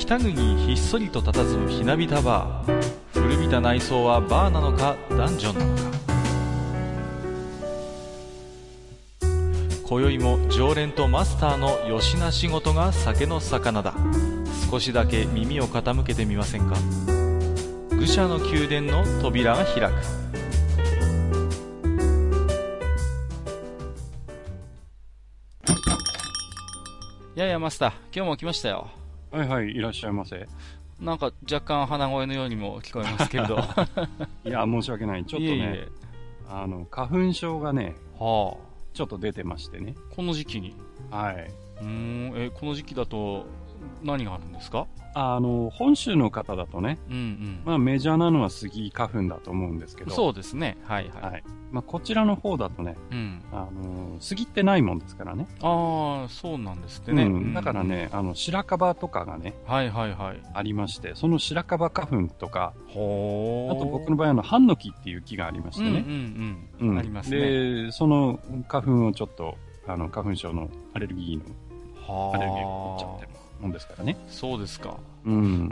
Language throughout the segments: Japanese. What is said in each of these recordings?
北国にひっそりと佇むひなびたバー。古びた内装はバーなのかダンジョンなのか。今宵も常連とマスターのよしな仕事が酒の魚だ。少しだけ耳を傾けてみませんか。愚者の宮殿の扉が開く。いやいやマスター、今日も来ましたよ。 はいはい、いらっしゃいませ。 なんか若干鼻声のようにも聞こえますけれどいや、申し訳ない。ちょっとね、 いえいえ、 花粉症がね、 はちょっと出てましてね。 あ、この時期に。 はい。 この時期だと何があるんですか？ 本州の方だとね、 うんうん。 まあメジャーなのはスギ花粉だと思うんですけど。 そうですね。はいはい。 はい。まあこちらの方だとね、 うん。 スギってないもんですからね。 ああ、そうなんですってね。 うん。だからね、白樺とかがね、 はいはいはい。 ありまして、その白樺花粉とか、 ほー。 あと僕の場合ハンノキっていう木がありましてね。 うんうんうん。ありますね。 で、その花粉をちょっと、花粉症のアレルギーの、アレルギーを持っちゃってるもんですからね。 そうですか。 うん。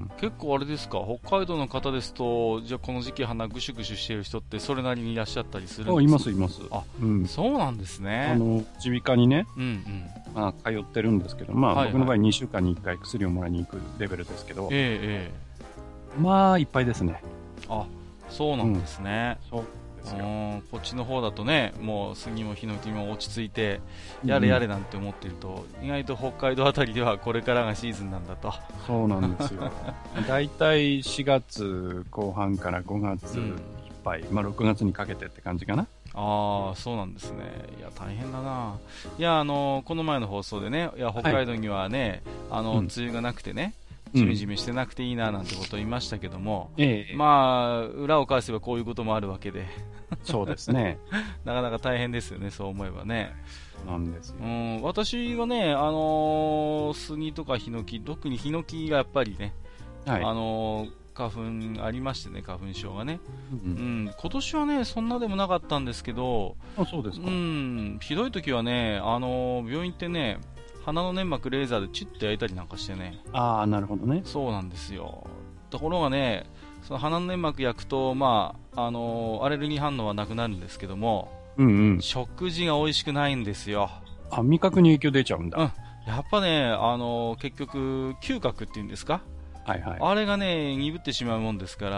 結構あれですか、北海道の方ですと、じゃあこの時期鼻ぐしゅぐしゅしている人ってそれなりにいらっしゃったりするんですか？ いますいます。 あ、 うん。 そうなんですね。 耳鼻科にね、 うんうん。 まあ、通ってるんですけど、まあ、 はいはい、 僕の場合2週間に1回薬をもらいに行くレベルですけど、 えまあ、いっぱいですね。 あ、そうなんですね。 そうですよ。 こっちの方だとね、もう杉もヒノキも落ち着いて、やれやれなんて思ってると、意外と北海道あたりではこれからがシーズンなんだと。 そうなんですよ。だいたい4月後半から5月いっぱい、まあ6月にかけてって感じかな。 ああ、そうなんですね。いや、大変だな。いや、この前の放送でね、いや、北海道にはね、梅雨がなくてね、ジメジメしてなくていいななんてことを言いましたけども、まあ、裏を返せばこういうこともあるわけで。 そうですね。 なかなか大変ですよね、そう思えばね。 なんですよ。 私がね、杉とかヒノキ、特にヒノキがやっぱりね、 はい、 花粉ありましてね、花粉症がね。 今年はね、そんなでもなかったんですけど、 そうですか。 ひどい時はね、病院ってね、鼻の粘膜レーザーでチュッと焼いたりなんかしてね。 ああ、なるほどね。 そうなんですよ。ところがね、その鼻の粘膜焼くと、まあ、アレルギー反応はなくなるんですけども、食事が美味しくないんですよ。 あ、味覚に影響出ちゃうんだ。 やっぱね、結局、嗅覚っていうんですか、 はいはい。 あれがね、鈍ってしまうもんですから、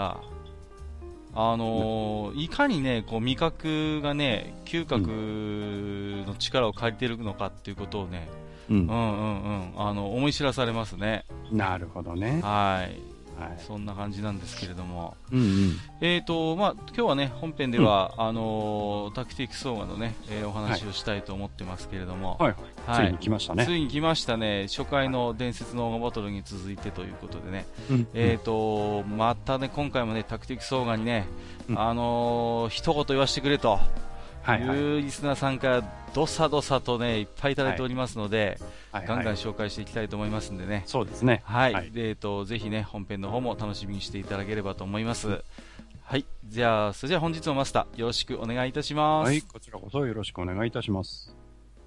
いかにね、こう味覚がね、嗅覚の力を借りているのかっていうことをね、思い知らされますね。 なるほどね。 はい。そんな感じなんですけれども。まあ、今日はね、本編では、タクティクスオーガのね、お話をしたいと思ってますけれども。 ついに来ましたね。 ついに来ましたね。初回の伝説のオーガバトルに続いてということでね。またね、今回もね、タクティクスオーガにね、一言言わせてくれと。いうリスナーさんからどさどさとねいっぱいいただいておりますので、ガンガン紹介していきたいと思いますんでね。 そうですね。 ぜひね本編の方も楽しみにしていただければと思います。はい、じゃあそれじゃあ本日もマスターよろしくお願いいたします。 はい、こちらこそよろしくお願いいたします。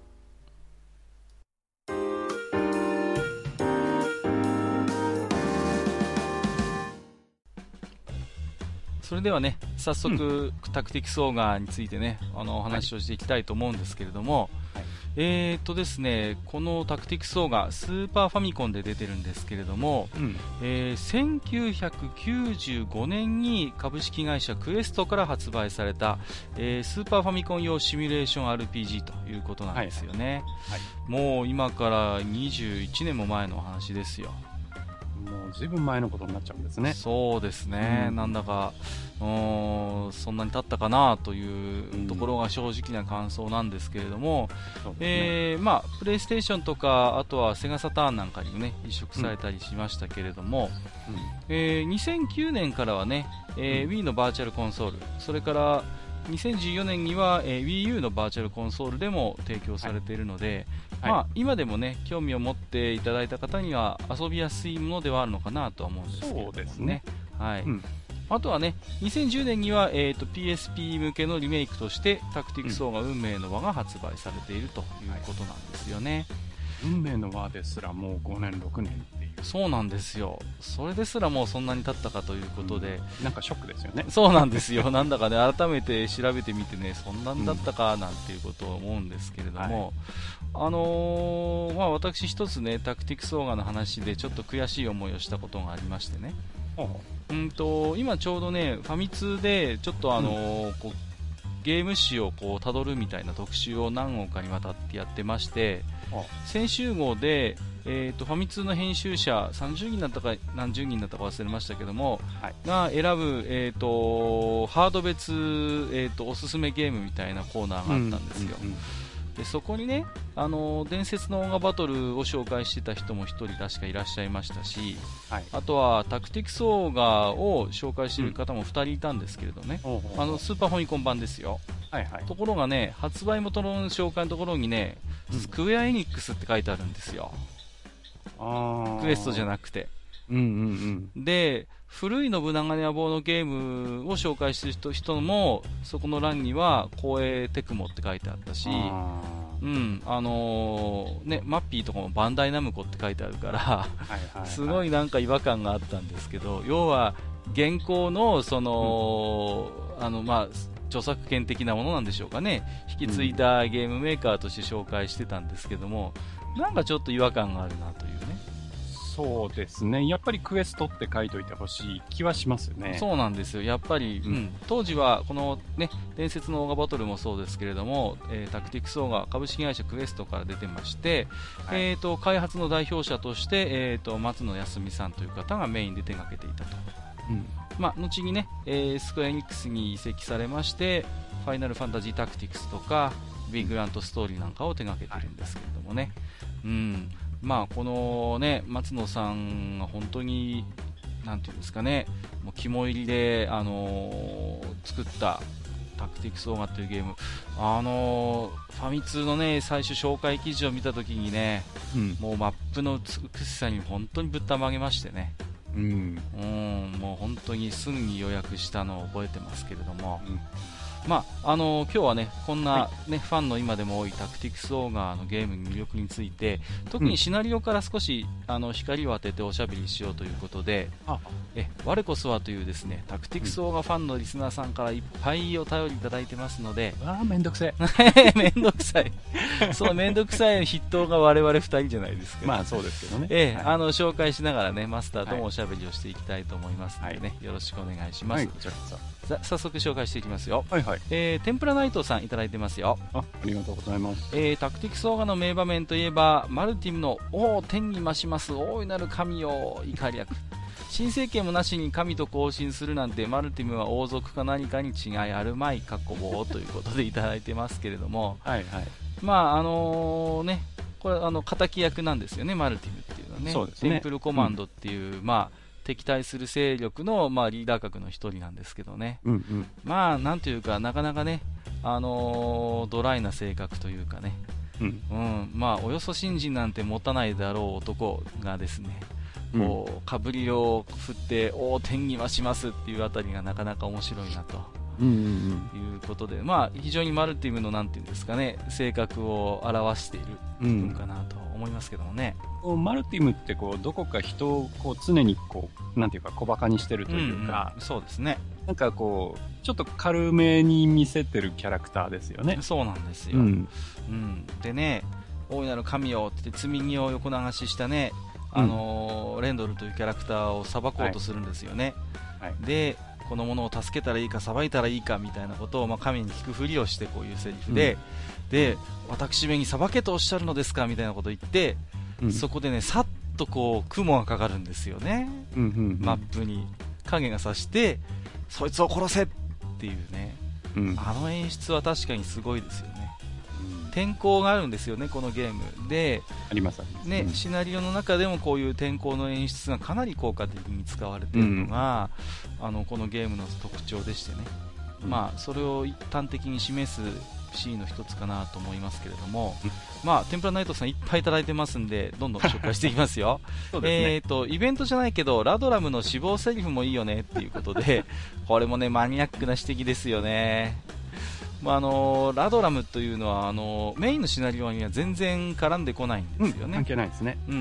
それではね、早速、タクティクスオーガーについてね、お話をしていきたいと思うんですけれども、ですね、このタクティクスオーガー、スーパーファミコンで出てるんですけれども、1995年に株式会社クエストから発売された、スーパーファミコン用シミュレーション RPG ということなんですよね。もう今から21年も前のお話ですよ。 もうずいぶん前のことになっちゃうんですね。 そうですね、なんだかそんなに経ったかなというところが正直な感想なんですけれども、まあ、プレイステーションとかあとはセガサターンなんかにもね移植されたりしましたけれども、2009年からはね、Wii のバーチャルコンソール、それから2014年には、Wii U のバーチャルコンソールでも提供されているので、まあ、今でもね興味を持っていただいた方には遊びやすいものではあるのかなとは思うんですけどね。 そうですね。 あとはね、2010年には、PSP 向けのリメイクとしてタクティクスオーガ運命の輪が発売されているということなんですよね。 運命の輪ですらもう5年6年っていうそうなんですよ。それですらもうそんなに経ったかということで、 なんかショックですよね。 そうなんですよ。なんだかね、改めて調べてみてね、そんなんだったかなんていうことを思うんですけれども、まあ、私一つね、タクティクスオーガの話でちょっと悔しい思いをしたことがありましてね。今ちょうどね、ファミ通でちょっとこうゲーム誌をこう辿るみたいな特集を何号かにわたってやってまして、先週号で、ファミ通の編集者30人だったか何十人だったか忘れましたけども、が選ぶ、ハード別、おすすめゲームみたいなコーナーがあったんですよ。でそこにね、伝説のオーガバトルを紹介してた人も1人確かいらっしゃいましたし、あとはタクティクスオーガを紹介している方も2人いたんですけれどね、スーパーファミコン版ですよ。ところがね、発売元の紹介のところにね、スクエアエニックスって書いてあるんですよ。クエストじゃなくて。で、古い信長の野望のゲームを紹介してる人もそこの欄には光栄テクモって書いてあったし、マッピーとかもバンダイナムコって書いてあるからすごいなんか違和感があったんですけど、要は現行のその、著作権的なものなんでしょうかね、引き継いだゲームメーカーとして紹介してたんですけども、なんかちょっと違和感があるなというね。 そうですね、やっぱりクエストって書いといてほしい気はしますよね。 そうなんですよ、やっぱり、当時はこの、ね、伝説のオーガバトルもそうですけれども、タクティクスオーガ株式会社クエストから出てまして、開発の代表者として、松野康美さんという方がメインで手掛けていたと。後にね、スクエアエニックスに移籍されまして、ファイナルファンタジータクティクスとかビッグラントストーリーなんかを手掛けているんですけれどもね、このね、松野さんが本当になんていうんですかね、もう肝入りで、作ったタクティクスオーガというゲーム、ファミ通のね、最初紹介記事を見たときにね、もうマップの美しさに本当にぶったまげましてね、もう本当にすぐに予約したのを覚えてますけれども、今日はね、こんな、ファンの今でも多いタクティクスオーガーのゲームの魅力について、特にシナリオから少し光を当てておしゃべりしようということで、我こそはというですね、タクティクスオーガーファンのリスナーさんからいっぱいお便りいただいてますので、 めんどくせえめんどくさいそのめんどくさい筆頭が我々2人じゃないですか。 そうですけどね、 紹介しながらね、マスターともおしゃべりをしていきたいと思いますのでね、よろしくお願いします。早速紹介していきますよ。天ぷらナイトさんいただいてますよ。 ありがとうございます。 タクティクスオーガの名場面といえばマルティムの天に増します大いなる神よ怒り役新政権もなしに神と交信するなんてマルティムは王族か何かに違いあるまい過去棒ということでいただいてますけれども、これ敵役なんですよね、マルティムっていうのはね。 そうですね、 テンプルコマンドっていう、敵対する勢力の、リーダー格の一人なんですけどね、なんというかなかなかね、ドライな性格というかね、およそ信心なんて持たないだろう男がですね、こうかぶりを振って天に増しますっていうあたりがなかなか面白いなということで、非常にマルティムのなんていうんですかね、性格を表している部分かなと思いますけどもね。 マルティムってどこか人を常になんていうか小馬鹿にしてるというか、 そうですね、 なんかちょっと軽めに見せてるキャラクターですよね。 そうなんですよ、でね、大いなる神よって積み荷を横流ししたね、レンドルというキャラクターを裁こうとするんですよね、でこの者を助けたらいいか裁いたらいいかみたいなことを、神に聞くふりをしてこういうセリフで、私めに裁けとおっしゃるのですかみたいなことを言って、そこでね、さっと雲がかかるんですよね、マップに影がさしてそいつを殺せっていうね、演出は確かにすごいですよね。天候があるんですよね、このゲームで。 ありますね、シナリオの中でもこういう天候の演出がかなり効果的に使われているのが、このゲームの特徴でしてね、それを端的に示すシーンの一つかなと思いますけれども、天ぷらナイトさんいっぱいいただいてますんで、どんどん紹介していきますよ。イベントじゃないけどラドラムの死亡セリフもいいよねっていうことでこれもね、マニアックな指摘ですよね。ラドラムというのはメインのシナリオには全然絡んでこないんですよね。 関係ないですね。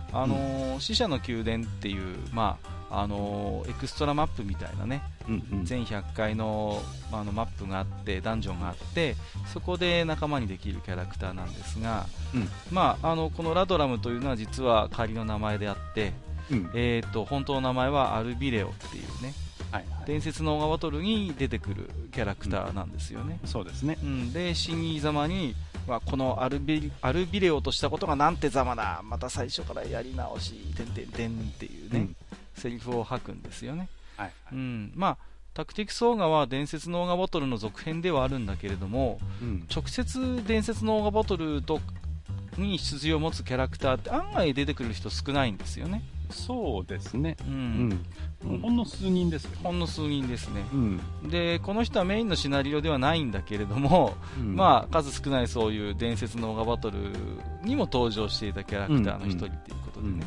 死者の宮殿っていう、エクストラマップみたいなね、全100回の、マップがあって、ダンジョンがあって、そこで仲間にできるキャラクターなんですが、このラドラムというのは実は仮の名前であって、本当の名前はアルビレオっていうね、伝説のオーガバトルに出てくるキャラクターなんですよね。 そうですね。 で、新義様に、このアルビレオとしたことがなんてざまだ、また最初からやり直し、てんてんてんっていうね、セリフを吐くんですよね。タクティクスオーガは伝説のオーガバトルの続編ではあるんだけれども、直接伝説のオーガバトルに出自を持つキャラクターって案外出てくる人少ないんですよね。 そうですね。ほんの数人ですよね。 ほんの数人ですね。で、この人はメインのシナリオではないんだけれども、数少ないそういう伝説のオーガバトルにも登場していたキャラクターの一人っていうことでね。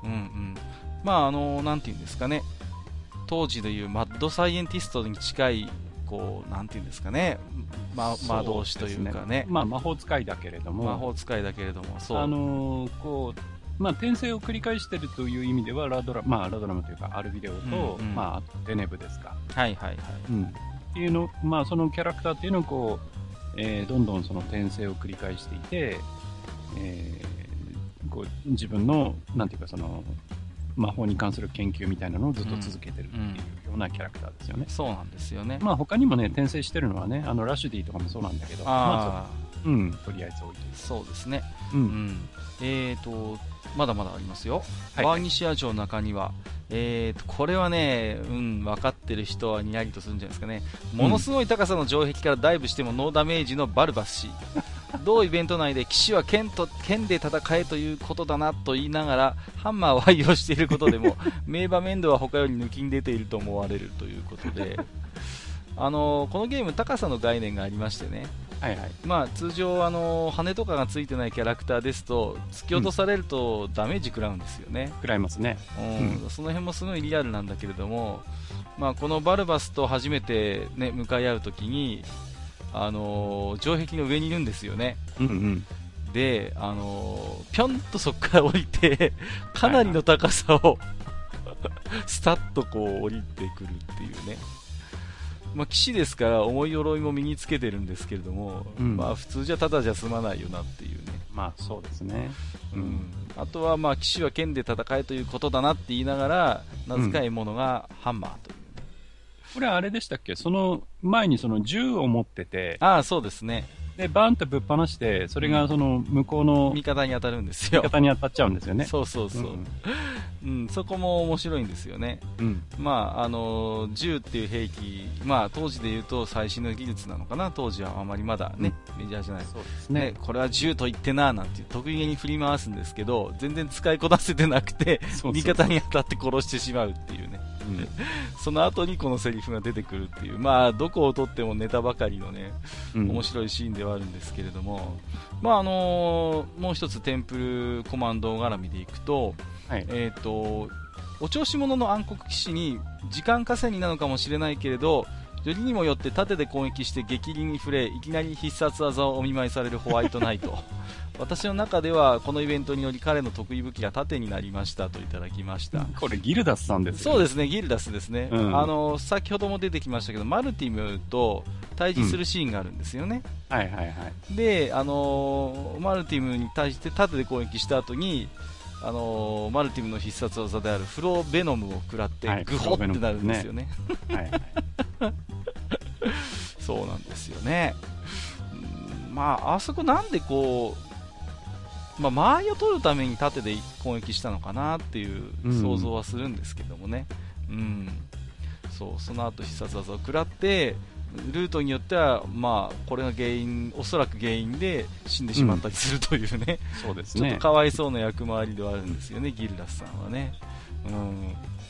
なんていうんですかね。当時でいうマッドサイエンティストに近い、なんていうんですかね。魔導士というかね。 魔法使いだけれども。 そう。 転生を繰り返しているという意味ではラドラムというかアルビレオと、あとデネブですか。っていうの、そのキャラクターっていうのをどんどんその転生を繰り返していて、自分のなんていうかその魔法に関する研究みたいなのをずっと続けてるっていうようなキャラクターですよね。 そうなんですよね。 他にもね転生してるのはね、ラシュディとかもそうなんだけど、とりあえず置いてる。 そうですね。まだまだありますよ。バーニシア城の中には、これはね、分かってる人はにやりとするんじゃないですかね。ものすごい高さの城壁からダイブしてもノーダメージのバルバス氏。同イベント内で騎士は剣で戦えということだなと言いながらハンマーを愛用していることでも名場面度は他より抜きん出ていると思われるということでこのゲーム高さの概念がありましてね、通常羽とかがついてないキャラクターですと突き落とされるとダメージ食らうんですよね。 食らいますね。 その辺もすごいリアルなんだけれども、このバルバスと初めて、ね、向かい合うときに城壁の上にいるんですよね。で、ぴょんとそこから降りてかなりの高さをスタッと降りてくるっていうね。騎士ですから重い鎧も身につけてるんですけれども、普通じゃただじゃ済まないよなっていうね。 そうですね。 あとは騎士は剣で戦えということだなって言いながら名付かいものがハンマーという。 これあれでしたっけ？その前にその銃を持ってて、 そうですね。 でバーンとぶっ放してそれがその向こうの味方に当たるんですよ。 味方に当たっちゃうんですよね。 そう、そこも面白いんですよね。銃っていう兵器、当時で言うと最新の技術なのかな。当時はあまりまだね、メジャーじゃない。 そうですね。 これは銃と言ってななんて得意げに振り回すんですけど、全然使いこなせてなくて味方に当たって殺してしまうっていうね。その後にこのセリフが出てくるっていう、どこをとってもネタばかりのね、面白いシーンではあるんですけれども、もう一つテンプルコマンド絡みでいくと、お調子者の暗黒騎士に時間稼ぎなのかもしれないけれど、よりにもよって盾で攻撃して激鱗に触れ、いきなり必殺技をお見舞いされるホワイトナイト。私の中ではこのイベントにより彼の得意武器が盾になりましたといただきました。 これギルダスさんですよね。 そうですね、ギルダスですね。先ほども出てきましたけどマルティムと対峙するシーンがあるんですよね。で、マルティムに対して盾で攻撃した後にマルティムの必殺技であるフローベノムを食らってグホってなるんですよね。そうなんですよね。あそこなんで間合いを取るために盾で攻撃したのかなっていう想像はするんですけどもね。その後必殺技を食らってルートによってはこれがおそらく原因で死んでしまったりするというね、 そうですね。 ちょっとかわいそうな役回りではあるんですよね、ギルダスさんはね。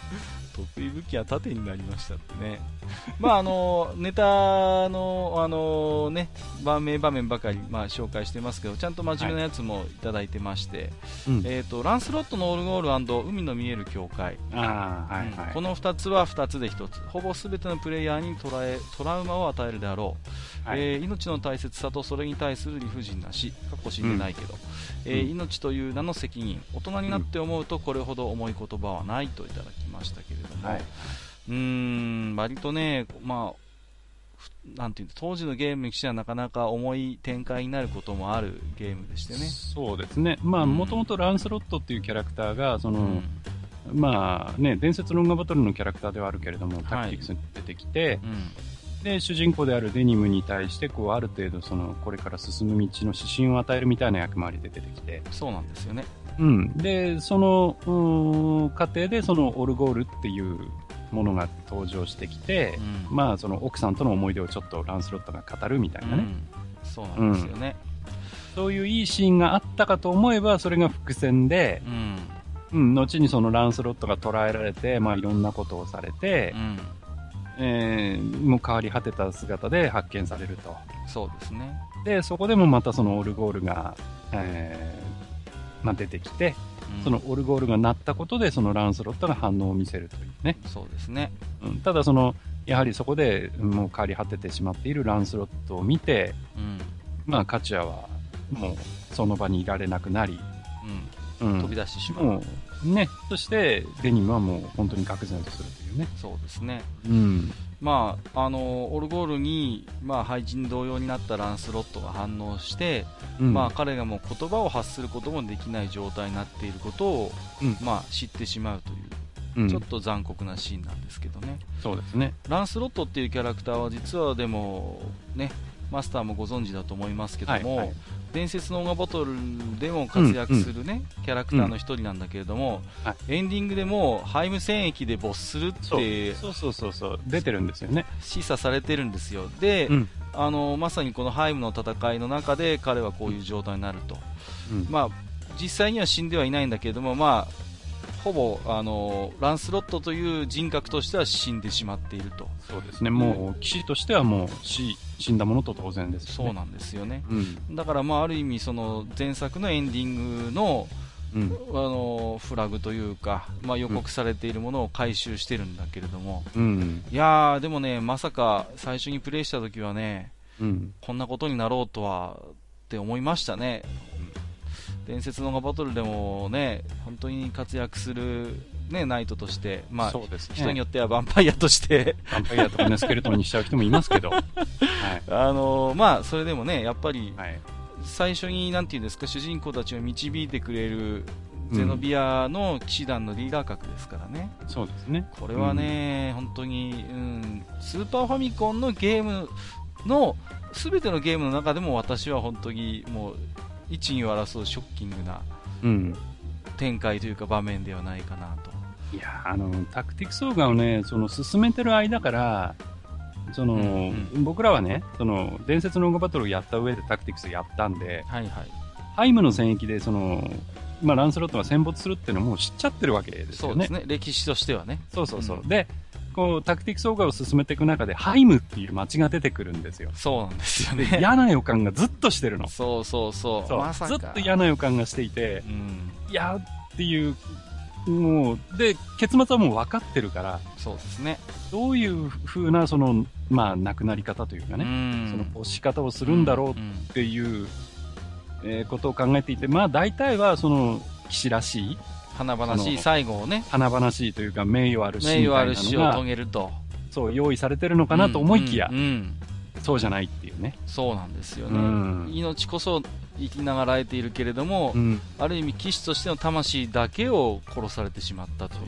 得意武器は盾になりましたってね。まあネタのね、場面ばかり、まあ、紹介してますけど、ちゃんと真面目なやつもいただいてまして、ランスロットのオルゴール&海の見える境界、この2つは2つで1つ、ほぼ全てのプレイヤーにトラウマを与えるであろう、命の大切さとそれに対する理不尽な死、かっこ死んでないけど、命という名の責任、大人になって思うとこれほど重い言葉はないといただきましたけれども、割とね、まあ、なんていう当時のゲームにしてはなかなか重い展開になることもあるゲームでしてね。 そうですね。まあ、もともとランスロットっていうキャラクターが、まあね、伝説の音楽バトルのキャラクターではあるけれども、タクティクスに出てきて、で、主人公であるデニムに対して、こう、ある程度、これから進む道の指針を与えるみたいな役回りで出てきて。 そうなんですよね。 で、その、過程で、オルゴールっていうものが登場してきて、まあ、奥さんとの思い出をちょっとランスロットが語るみたいなね。 そうなんですよね。 そういういいシーンがあったかと思えば、それが伏線で、後にランスロットが捕らえられて、まあ、いろんなことをされて、もう変わり果てた姿で発見されると。 そうですね。 で、そこでもまたオルゴールが、まあ、出てきて、そのオルゴールが鳴ったことで、ランスロットが反応を見せるというね。 そうですね。 ただやはりそこでもう変わり果ててしまっているランスロットを見て、まあ、カチュアはもうその場にいられなくなり、 飛び出してしまう。 ね。そして、デニムはもう本当に愕然とするというね。 そうですね。まあ、オルゴールに、まあ、廃人同様になったランスロットが反応して、まあ、彼がもう言葉を発することもできない状態になっていることを、まあ、知ってしまうという、ちょっと残酷なシーンなんですけどね。 そうですね。 ランスロットっていうキャラクターは実はでも、ね、マスターもご存知だと思いますけども、伝説の音楽バトルでも活躍するね、キャラクターの一人なんだけれども、エンディングでもハイム戦役で没するってそう出てるんですよね。 示唆されてるんですよ。で、まさにこのハイムの戦いの中で彼はこういう状態になると、まあ実際には死んではいないんだけれども、まあほぼランスロットという人格としては死んでしまっていると。 そうですね。もう騎士としてはもう死んだものと当然ですね。 そうなんですよね。だからまあある意味前作のエンディングの、フラグというか、まあ、予告されているものを回収してるんだけれども、いやーでもね、まさか最初にプレイした時はね、こんなことになろうとはって思いましたね。伝説のバトルでもね、本当に活躍する、ね、ナイトとして、まあ、人によってはヴァンパイアとしてヴァンパイアとかね、スケルトンにしちゃう人もいますけど、 まあ、それでもね、やっぱり、最初に、なんていうんですか、主人公たちを導いてくれるゼノビアの騎士団のリーダー格ですからね。 そうですね。 これはね、本当に、スーパーファミコンのゲームの、すべてのゲームの中でも私は本当にもう、一二を争うショッキングな展開というか場面ではないかなと。 いやタクティクスオーガをね、進めてる間から、僕らはね、伝説の音楽バトルをやった上でタクティクスやったんで、ハイムの戦役で、まあ、ランスロットが戦没するっていうのも知っちゃってるわけですよね。 そうですね。歴史としてはね。 で、タクティクスオーガを進めていく中で、ハイムっていう街が出てくるんですよ。 そうなんですよね。 嫌な予感がずっとしてるの。 まさか。 ずっと嫌な予感がしていて、いやっていう、もう、で、結末はもう分かってるから、 そうですね。 どういう風な、まあ、亡くなり方というかね、押し方をするんだろうっていう、ことを考えていて、まあ、大体は、騎士らしい、 華々しい最後をね、 華々しいというか名誉ある死みたいなのが、名誉ある死を遂げると、 そう用意されてるのかなと思いきや、そうじゃないっていうね。 そうなんですよね。命こそ生きながらえているけれども、ある意味騎士としての魂だけを殺されてしまったという、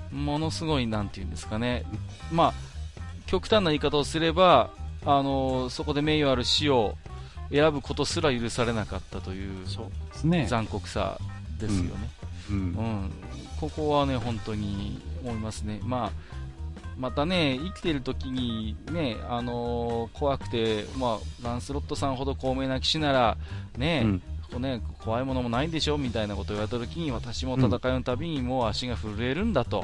ものすごいなんていうんですかね。まあ極端な言い方をすれば、そこで名誉ある死を選ぶことすら許されなかったという残酷さですよね。ここはね本当に思いますね。またね生きている時にね、怖くて、まあ、ランスロットさんほど高名な騎士ならね、怖いものもないんでしょみたいなことを言われた時に、私も戦いのたびにもう足が震えるんだと、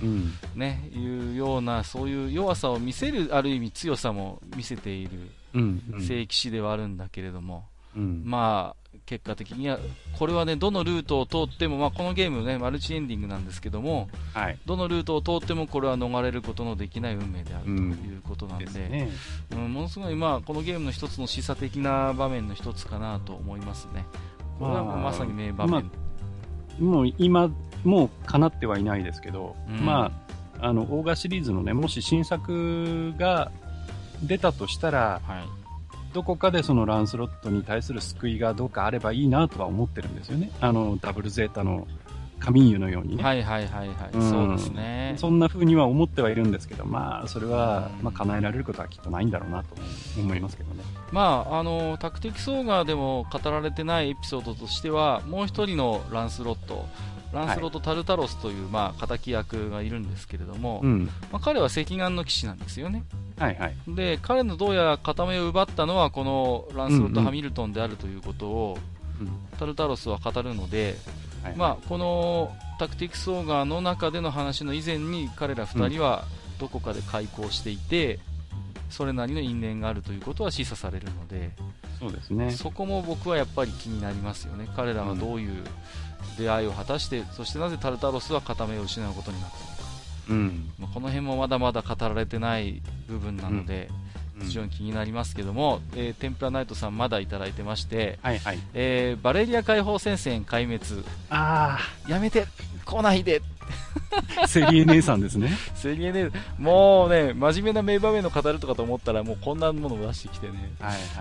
ね、いうようなそういう弱さを見せる、ある意味強さも見せている聖騎士ではあるんだけれども、まあ結果的にはこれはね、どのルートを通っても、まあ、このゲームねマルチエンディングなんですけども、どのルートを通ってもこれは逃れることのできない運命であるということなんで、ものすごい、まあ、このゲームの一つの示唆的な場面の一つかなと思いますね。これはもうまさに名場面、 もう今もう叶ってはいないですけど、まあ、オーガシリーズのね、もし新作が出たとしたら、どこかでそのランスロットに対する救いがどうかあればいいなとは思ってるんですよね。ダブルゼータのカミンユのようにね。 そうですね。 そんな風には思ってはいるんですけど、まあ、それは、まあ、叶えられることはきっとないんだろうなと思いますけどね。 まあ、タクティクスオーガーでも語られてないエピソードとしては、もう一人のランスロット、タルタロスという、まあ、敵役がいるんですけれども、まあ、彼は赤眼の騎士なんですよね。で、彼のどうやら片目を奪ったのはこのランスロット・ハミルトンであるということを、タルタロスは語るので、まあ、このタクティクスオーガーの中での話の以前に彼ら2人はどこかで開口していて、それなりの因縁があるということは示唆されるので、 そうですね、 そこも僕はやっぱり気になりますよね。彼らがどういう出会いを果たして、そしてなぜタルタロスは片目を失うことになったのか、この辺もまだまだ語られてない部分なので、非常に気になりますけども、テンプラナイトさんまだいただいてまして、バレリア解放戦線壊滅、やめて来ないでセリエ姉さんですね。 セリエ姉、もうね、真面目な名場面の語るとかと思ったら、もうこんなものを出してきてね、ね、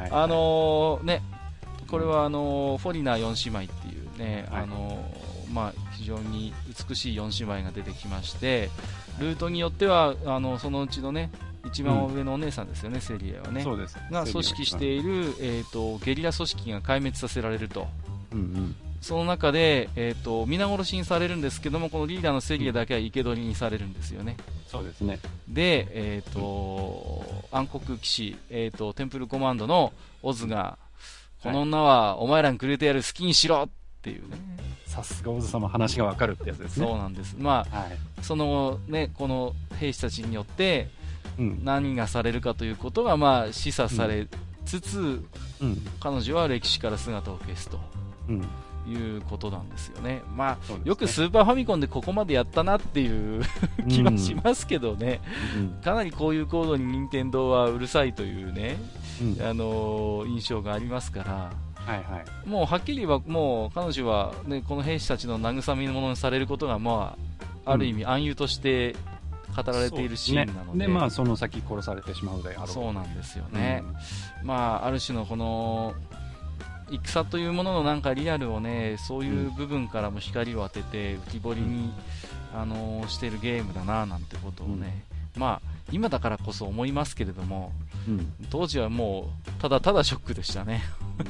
これはフォリナー4姉妹っていうね、まあ、非常に美しい4姉妹が出てきまして、ルートによってはそのうちのね一番上のお姉さんですよね、セリエはね、が組織している、ゲリラ組織が壊滅させられると、その中で、皆殺しにされるんですけども、このリーダーのセリエだけは生け捕りにされるんですよね。 そうですね。 で、暗黒騎士、テンプルコマンドのオズが、この女はお前らにくれてやる、好きにしろっていうね。 さすがオズ様、話がわかるってやつですね。 そうなんです。まあ、そのね、この兵士たちによって何がされるかということがまあ示唆されつつ、彼女は歴史から姿を消すと。いうことなんですよね。まあ、よくスーパーファミコンでここまでやったなっていう気はしますけどね、かなりこういう行動に任天堂はうるさいというね、印象がありますから、もうはっきり言えば、もう彼女は、ね、この兵士たちの慰め物にされることが、まあ、ある意味暗喩として語られているシーンなので、 まあ、その先殺されてしまうであろう。 そうなんですよね。まあ、ある種のこの戦というもののなんかリアルをね、そういう部分からも光を当てて浮き彫りに、しているゲームだななんてことをね、まあ今だからこそ思いますけれども、当時はもうただただショックでしたね。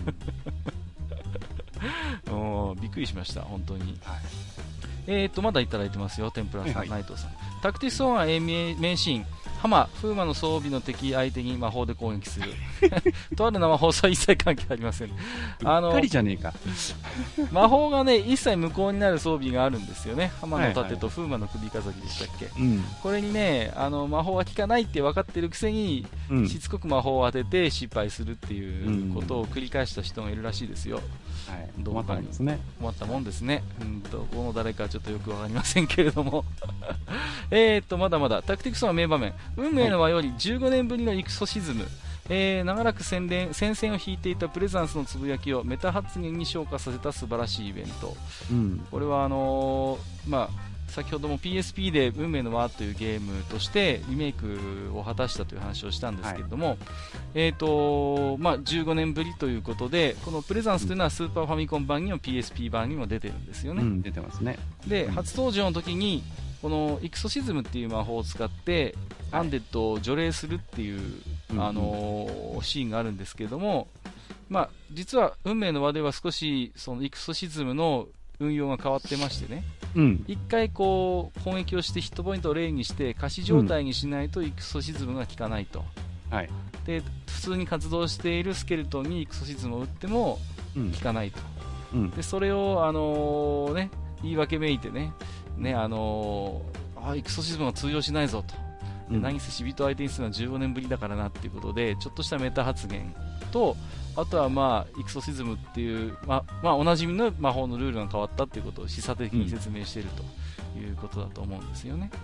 びっくりしました本当に。まだいただいてますよ、天ぷらさん、内藤さん。タクティスオーガー名シーン、ハマ、風魔の装備の敵相手に魔法で攻撃する。とある生放送は一切関係ありません。うっかりじゃねえか。 魔法がね、一切無効になる装備があるんですよね。ハマの盾と風魔の首飾りでしたっけ。これにね、魔法は効かないって分かってるくせに、しつこく魔法を当てて失敗するっていうことを繰り返した人がいるらしいですよ。 困ったもんですね。 困ったもんですね。どこの誰かちょっとよくわかりませんけれども。まだまだ、タクティクスの名場面。運命の輪より15年ぶりのイクソシズム。長らく戦線を引いていたプレザンスのつぶやきをメタ発言に昇華させた素晴らしいイベント。これはまあ、先ほども PSP で運命の輪というゲームとしてリメイクを果たしたという話をしたんですけれども、まあ、15年ぶりということで、このプレザンスというのはスーパーファミコン版にも PSP 版にも出てるんですよね。 出てますね。 で、初登場の時にこのイクソシズムっていう魔法を使ってアンデッドを除霊するっていう、シーンがあるんですけれども、まあ、実は運命の輪では少しそのイクソシズムの運用が変わってましてね、一回こう攻撃をしてヒットポイントを0にして仮死状態にしないとイクソシズムが効かないと、で普通に活動しているスケルトンにイクソシズムを打っても効かないと、でそれを、言い訳めいてね、 エクソシズムが通用しないぞと、何せ死人相手にするのは15年ぶりだからなっていうことで、ちょっとしたメタ発言と、あとはエクソシズムっていう、おなじみの魔法のルールが変わったっていうことを示唆的に説明しているということだと思うんですよね。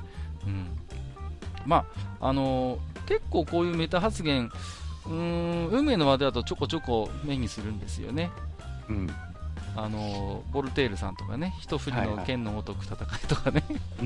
結構こういうメタ発言、運命の輪でだとちょこちょこ目にするんですよね。ボルテールさんとかね、一振りの剣のごとく戦いとかね、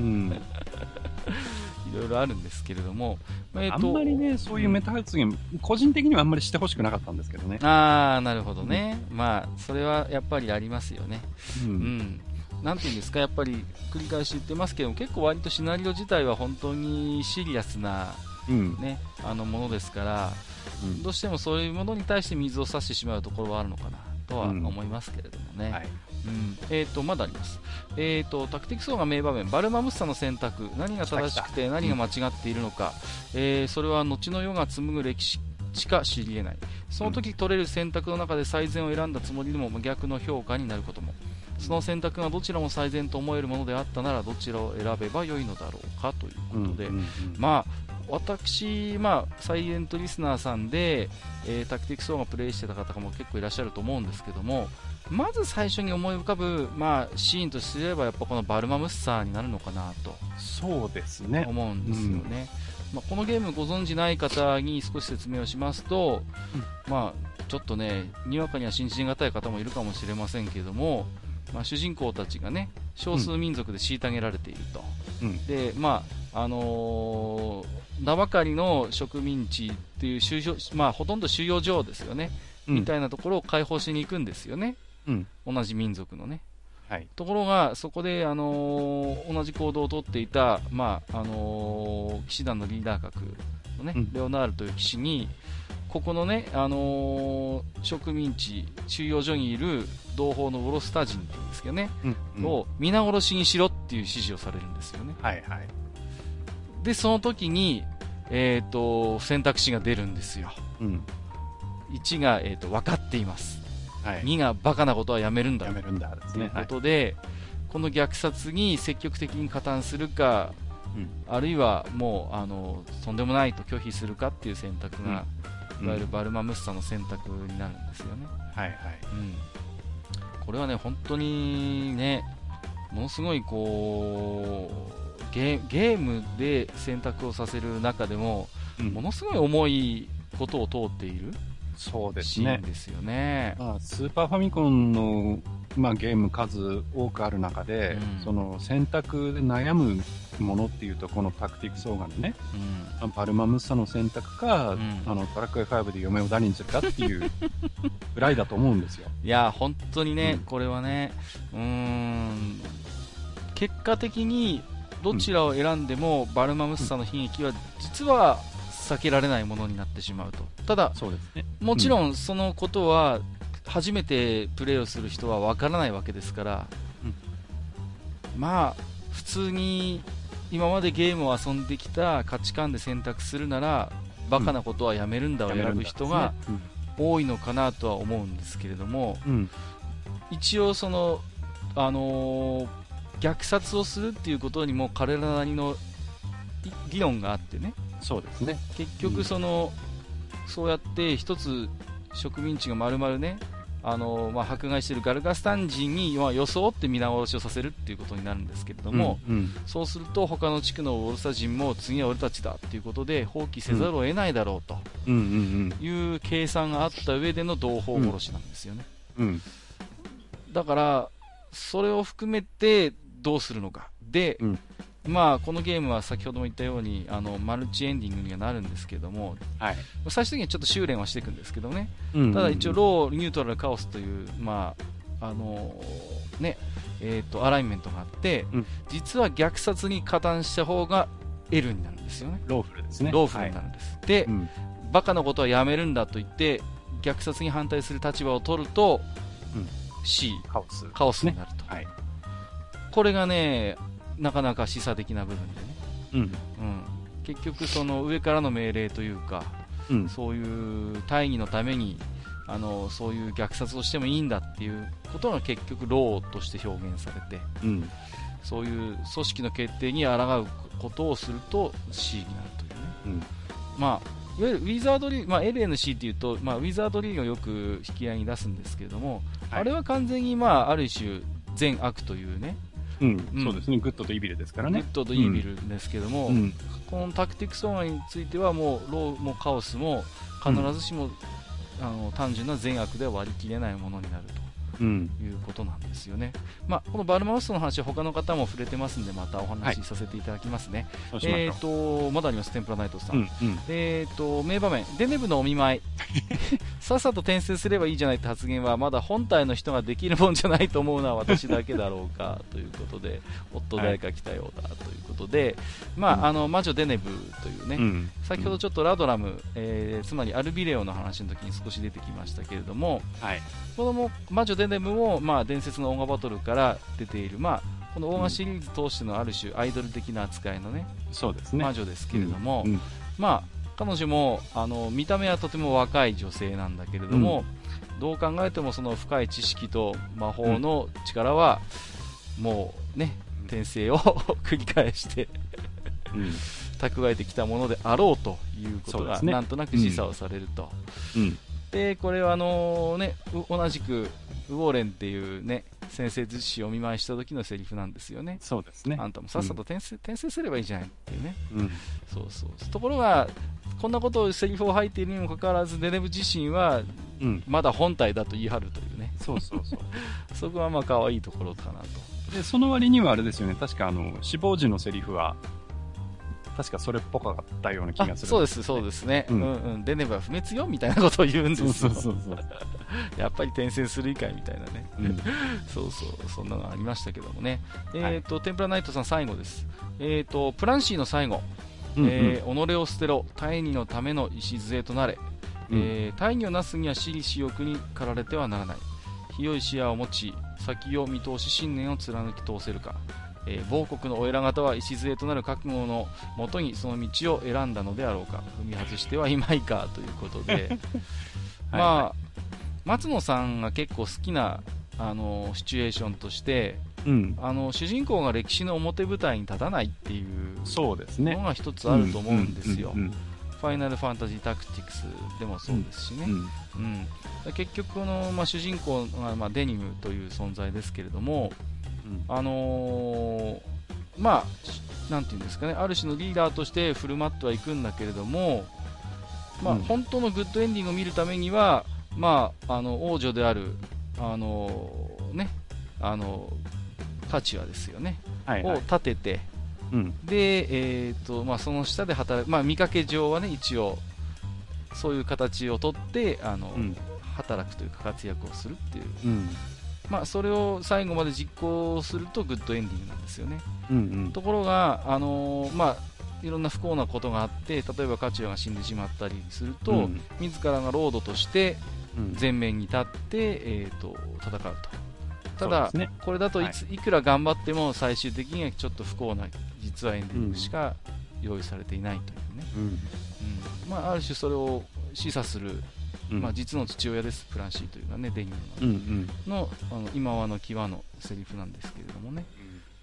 いろいろあるんですけれども、 あんまりね、そういうメタ発言、個人的にはあんまりしてほしくなかったんですけどね。 なるほどね。それはやっぱりありますよね。なんていうんですか、やっぱり繰り返し言ってますけども、結構割とシナリオ自体は本当にシリアスな、ものですから、どうしてもそういうものに対して水を差してしまうところはあるのかなとは思いますけれどもね。まだあります。タクティクス王が名場面、バルマムッサの選択、何が正しくて何が間違っているのか、それは後の世が紡ぐ歴史しか知り得ない。その時取れる選択の中で最善を選んだつもりでも逆の評価になることも。その選択がどちらも最善と思えるものであったならどちらを選べばよいのだろうかということで、私、サイレントリスナーさんで、タクティクス王がプレイしてた方も結構いらっしゃると思うんですけども、まず最初に思い浮かぶ、シーンとすればやっぱこのバルマムッサーになるのかなとそうですね思うんですよね。このゲームご存じない方に少し説明をしますと、ちょっとねにわかには信じがたい方もいるかもしれませんけれども、主人公たちがね少数民族で虐げられていると、で名ばかりの植民地っていうほとんど収容所ですよね、みたいなところを解放しに行くんですよね、同じ民族のね。ところがそこで、同じ行動をとっていた、騎士団のリーダー格のね、レオナールという騎士にここのね、植民地収容所にいる同胞のウォロスタ人っていうんですけどね、を皆殺しにしろっていう指示をされるんですよね。でその時に、選択肢が出るんですよ。1が、分かっています、2がバカなことはやめるんだということで、この虐殺に積極的に加担するか、あるいはもうとんでもないと拒否するかっていう選択が、いわゆるバルマムッサの選択になるんですよね。これはね本当にねものすごいこうゲームで選択をさせる中でも、ものすごい重いことを通っているシーンですよね。 スーパーファミコンの、ゲーム数多くある中で、その選択で悩むものっていうとこのタクティクスオーガのね、バルマムッサの選択か、ドラクエ5で嫁を誰にするかっていうぐらいだと思うんですよ。 いや本当にね、これはね結果的にどちらを選んでも、バルマムッサの悲劇は実は避けられないものになってしまうと。ただ、もちろんそのことは初めてプレイをする人はわからないわけですから、普通に今までゲームを遊んできた価値観で選択するならバカなことはやめるんだを選ぶ人が多いのかなとは思うんですけれども、一応その虐殺をするっていうことにも彼らなりの議論があってね、結局そうやって一つ植民地が丸々ね迫害しているガルガスタン人に装って皆殺しをさせるっていうことになるんですけれども、そうすると他の地区のウォルサ人も次は俺たちだっていうことで放棄せざるを得ないだろうという計算があった上での同胞殺しなんですよね。だからそれを含めてどうするのかで、このゲームは先ほども言ったようにマルチエンディングにはなるんですけども、最終的にはちょっと修練はしていくんですけどね、ただ一応ロー、ニュートラル、カオスというアライメントがあって、実は虐殺に加担した方が L になるんですよね。 ローフルですね。 ローフルになるんです、で、バカなことはやめるんだと言って虐殺に反対する立場を取ると、C カオスになると、これがねなかなか示唆的な部分でね、結局その上からの命令というか、そういう大義のためにそういう虐殺をしてもいいんだっていうことが結局ローとして表現されて、 そういう組織の決定に抗うことをすると C になるというね、まあいわゆるウィザードリーグ、LNC っていうと、ウィザードリーグをよく引き合いに出すんですけれども、あれは完全に、ある種善悪というね、 そうですね、グッドとイビルですからね。 グッドとイビルですけども、このタクティクスオンラインについてはもうローもカオスも必ずしも、単純な善悪では割り切れないものになるということなんですよね。このバルマウスの話は他の方も触れてますんで、またお話しさせていただきますね。まだあります、テンプラナイトさん。名場面、デネブのお見舞いさっさと転生すればいいじゃないって発言はまだ本体の人ができるもんじゃないと思うのは私だけだろうかということで、夫誰か来たようだということで、魔女デネブというね、先ほどちょっとラドラム、つまりアルビレオの話の時に少し出てきましたけれども、この魔女デネブも、伝説のオーガバトルから出ている、このオーガシリーズ通してのある種アイドル的な扱いのね、 そうですね、 魔女ですけれども、彼女も見た目はとても若い女性なんだけれども、どう考えてもその深い知識と魔法の力はもうね、転生を繰り返して蓄えてきたものであろうということが、なんとなく示唆をされると。でこれは同じくウォーレンっていうね、先生術師をお見舞いした時のセリフなんですよね。 そうですね。 あんたもさっさと転生すればいいじゃないっていうね。ところがこんなことをセリフを吐いているにもかかわらず、デネブ自身はまだ本体だと言い張るというね。そこは可愛いところかなと。 でその割にはあれですよね、確か死亡時のセリフは確かそれっぽかったような気がする。 そうですね。デネブは不滅よみたいなことを言うんですよ。やっぱり転生する以下みたいなね。そんなのありましたけどもね。テンプラナイトさん最後です。プランシーの最後、己を捨てろ、大義のための礎となれ。大義をなすには私利私欲に駆られてはならない。広い視野を持ち、先を見通し信念を貫き通せるか。某国のお偉方は礎となる覚悟のもとにその道を選んだのであろうか。踏み外してはいまいかということで松野さんが結構好きなシチュエーションとして、主人公が歴史の表舞台に立たないっていうのが一つあると思うんですよ。ファイナルファンタジータクティクスでもそうですしね。結局主人公が、デニムという存在ですけれども、なんていうんですかね、ある種のリーダーとして振る舞ってはいくんだけれども、本当のグッドエンディングを見るためには、王女であるカチュアですよね、を立てて、で、その下で働く、見かけ上はね、一応そういう形をとって働くというか活躍をするっていう、それを最後まで実行するとグッドエンディングなんですよね。ところが、いろんな不幸なことがあって、例えばカチュアが死んでしまったりすると、自らがロードとして前面に立って、戦うと。ただ、これだといくら頑張っても最終的にはちょっと不幸な実はエンディングしか用意されていないというね。ある種それを示唆する、実の父親です、プランシーというのはね、デニムの今はの際のセリフなんですけれどもね。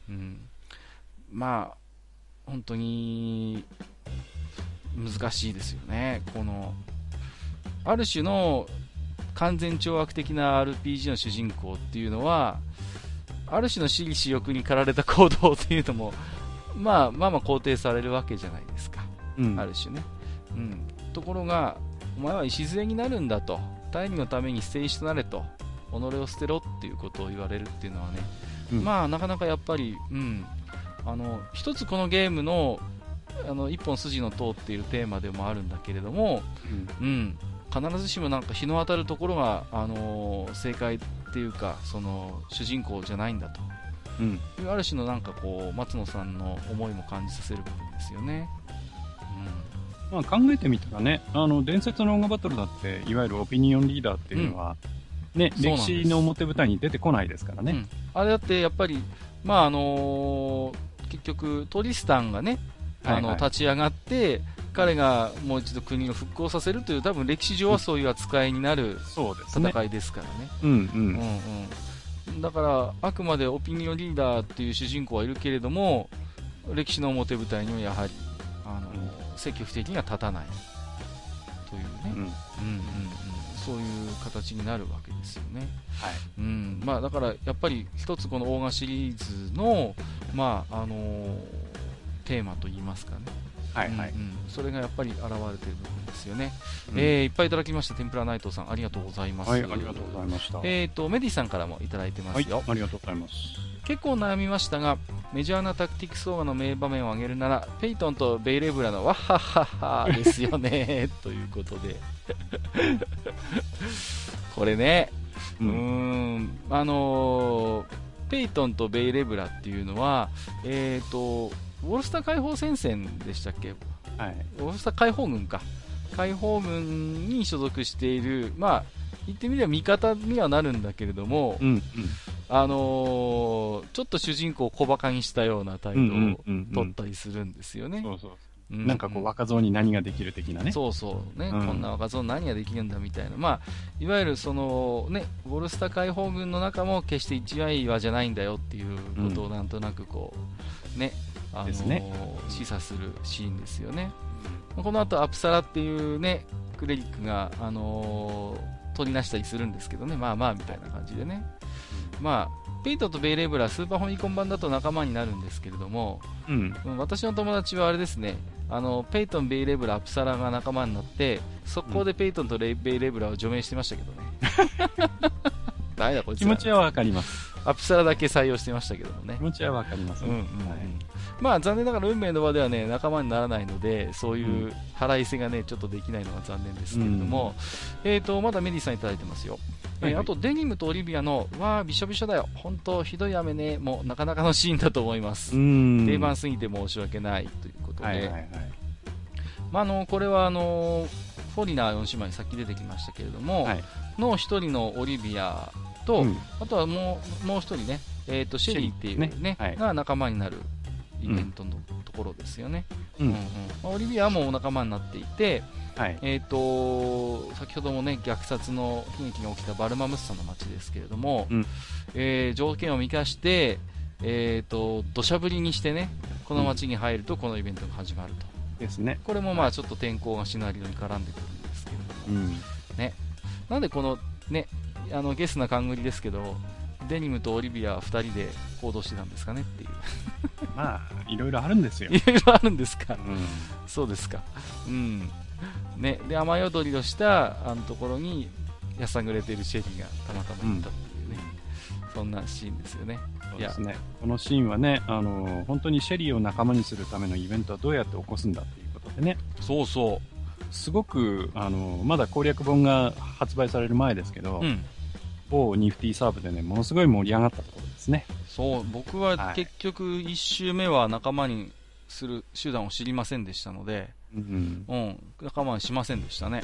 本当に難しいですよね。このある種の完全懲悪的な RPG の主人公っていうのは、ある種の私利私欲に駆られた行動っていうのも肯定されるわけじゃないですか、ある種ね。ところが、お前は礎になるんだと、大義のために捨て石となれと、己を捨てろっていうことを言われるっていうのはね、なかなかやっぱり、一つこのゲームの一本筋の通っているテーマでもあるんだけれども、必ずしもなんか日の当たるところが、正解っていうか、その主人公じゃないんだと、ある種のなんかこう松野さんの思いも感じさせる部分ですよね。 考えてみたらね、伝説のオーガバトルだって、いわゆるオピニオンリーダーっていうのは、歴史の表舞台に出てこないですからね。あれだってやっぱり、結局トリスタンがね、立ち上がって、彼がもう一度国を復興させるという、多分歴史上はそういう扱いになる戦いですからね。 だからあくまでオピニオンリーダーっていう主人公はいるけれども、歴史の表舞台にはやはり積極的には立たないというね、そういう形になるわけですよね。まあ、だからやっぱり一つこのオーガシリーズの、まあテーマといいますかね、それがやっぱり現れている部分ですよね。いっぱいいただきました。天ぷらナイトさん、ありがとうございます。 ありがとうございました。 メディさんからもいただいてますよ。 ありがとうございます。 結構悩みましたが、メジャーなタクティクスオーガの名場面を挙げるならペイトンとベイレブラのワッハッハッハですよねということでこれね、ペイトンとベイレブラっていうのは、ウォルスター解放戦線でしたっけ、ウォルスター解放軍か、解放軍に所属している、まあ言ってみれば味方にはなるんだけれども、ちょっと主人公を小馬鹿にしたような態度を取ったりするんですよね。 なんかこう若造に何ができる的なね。 そうね、こんな若造に何ができるんだみたいな、まあいわゆるそのね、ウォルスター解放軍の中も決して一枚岩じゃないんだよっていうことをなんとなくこうね、示唆するシーンですよね。この後アプサラっていうねクレリックが取り出したりするんですけどね、まあまあみたいな感じでね、まあペイトンとベイレブラスーパーファミコン版だと仲間になるんですけれども、私の友達はあれですね、ペイトン、ベイレブラ、アプサラが仲間になって速攻でペイトンとベイレブラを除名してましたけどね誰だこいつ気持ちはわかります。 アプサラだけ採用してましたけどもね。 気持ちはわかります、 まあ残念ながら運命の場ではね仲間にならないので、そういう腹いせがねちょっとできないのが残念ですけれども、まだメディさんいただいてますよ。あとデニムとオリビアのわーびしょびしょだよ本当ひどい雨ねもうなかなかのシーンだと思います。定番すぎて申し訳ないということで、まあこれはフォリナー4姉妹さっき出てきましたけれども、の一人のオリビアと、あとはもう一人ね、シェリーっていうねが仲間になるイベントのところですよね。オリビアも仲間になっていて、先ほどもね虐殺の悲劇が起きたバルマムッサの町ですけれども、条件を満たして土砂降りにしてねこの町に入るとこのイベントが始まるとですね。 これもまあちょっと天候がシナリオに絡んでくるんですけれども、ね、なんでこのねゲスな勘繰りですけどデニムとオリビア2人で行動してたんですかねっていうまあいろいろあるんですよ。 いろいろあるんですか、そうですか、ね、で雨宿りをしたところにやさぐれているシェリーがたまたまいたっていうね、そんなシーンですよね。 そうですね。このシーンはね、本当にシェリーを仲間にするためのイベントはどうやって起こすんだっていうことでね。 そうそう。 すごくまだ攻略本が発売される前ですけど、某ニフティサーブでねものすごい盛り上がったところですね。 そう、僕は結局1周目は仲間にする手段を知りませんでしたので、仲間にしませんでしたね。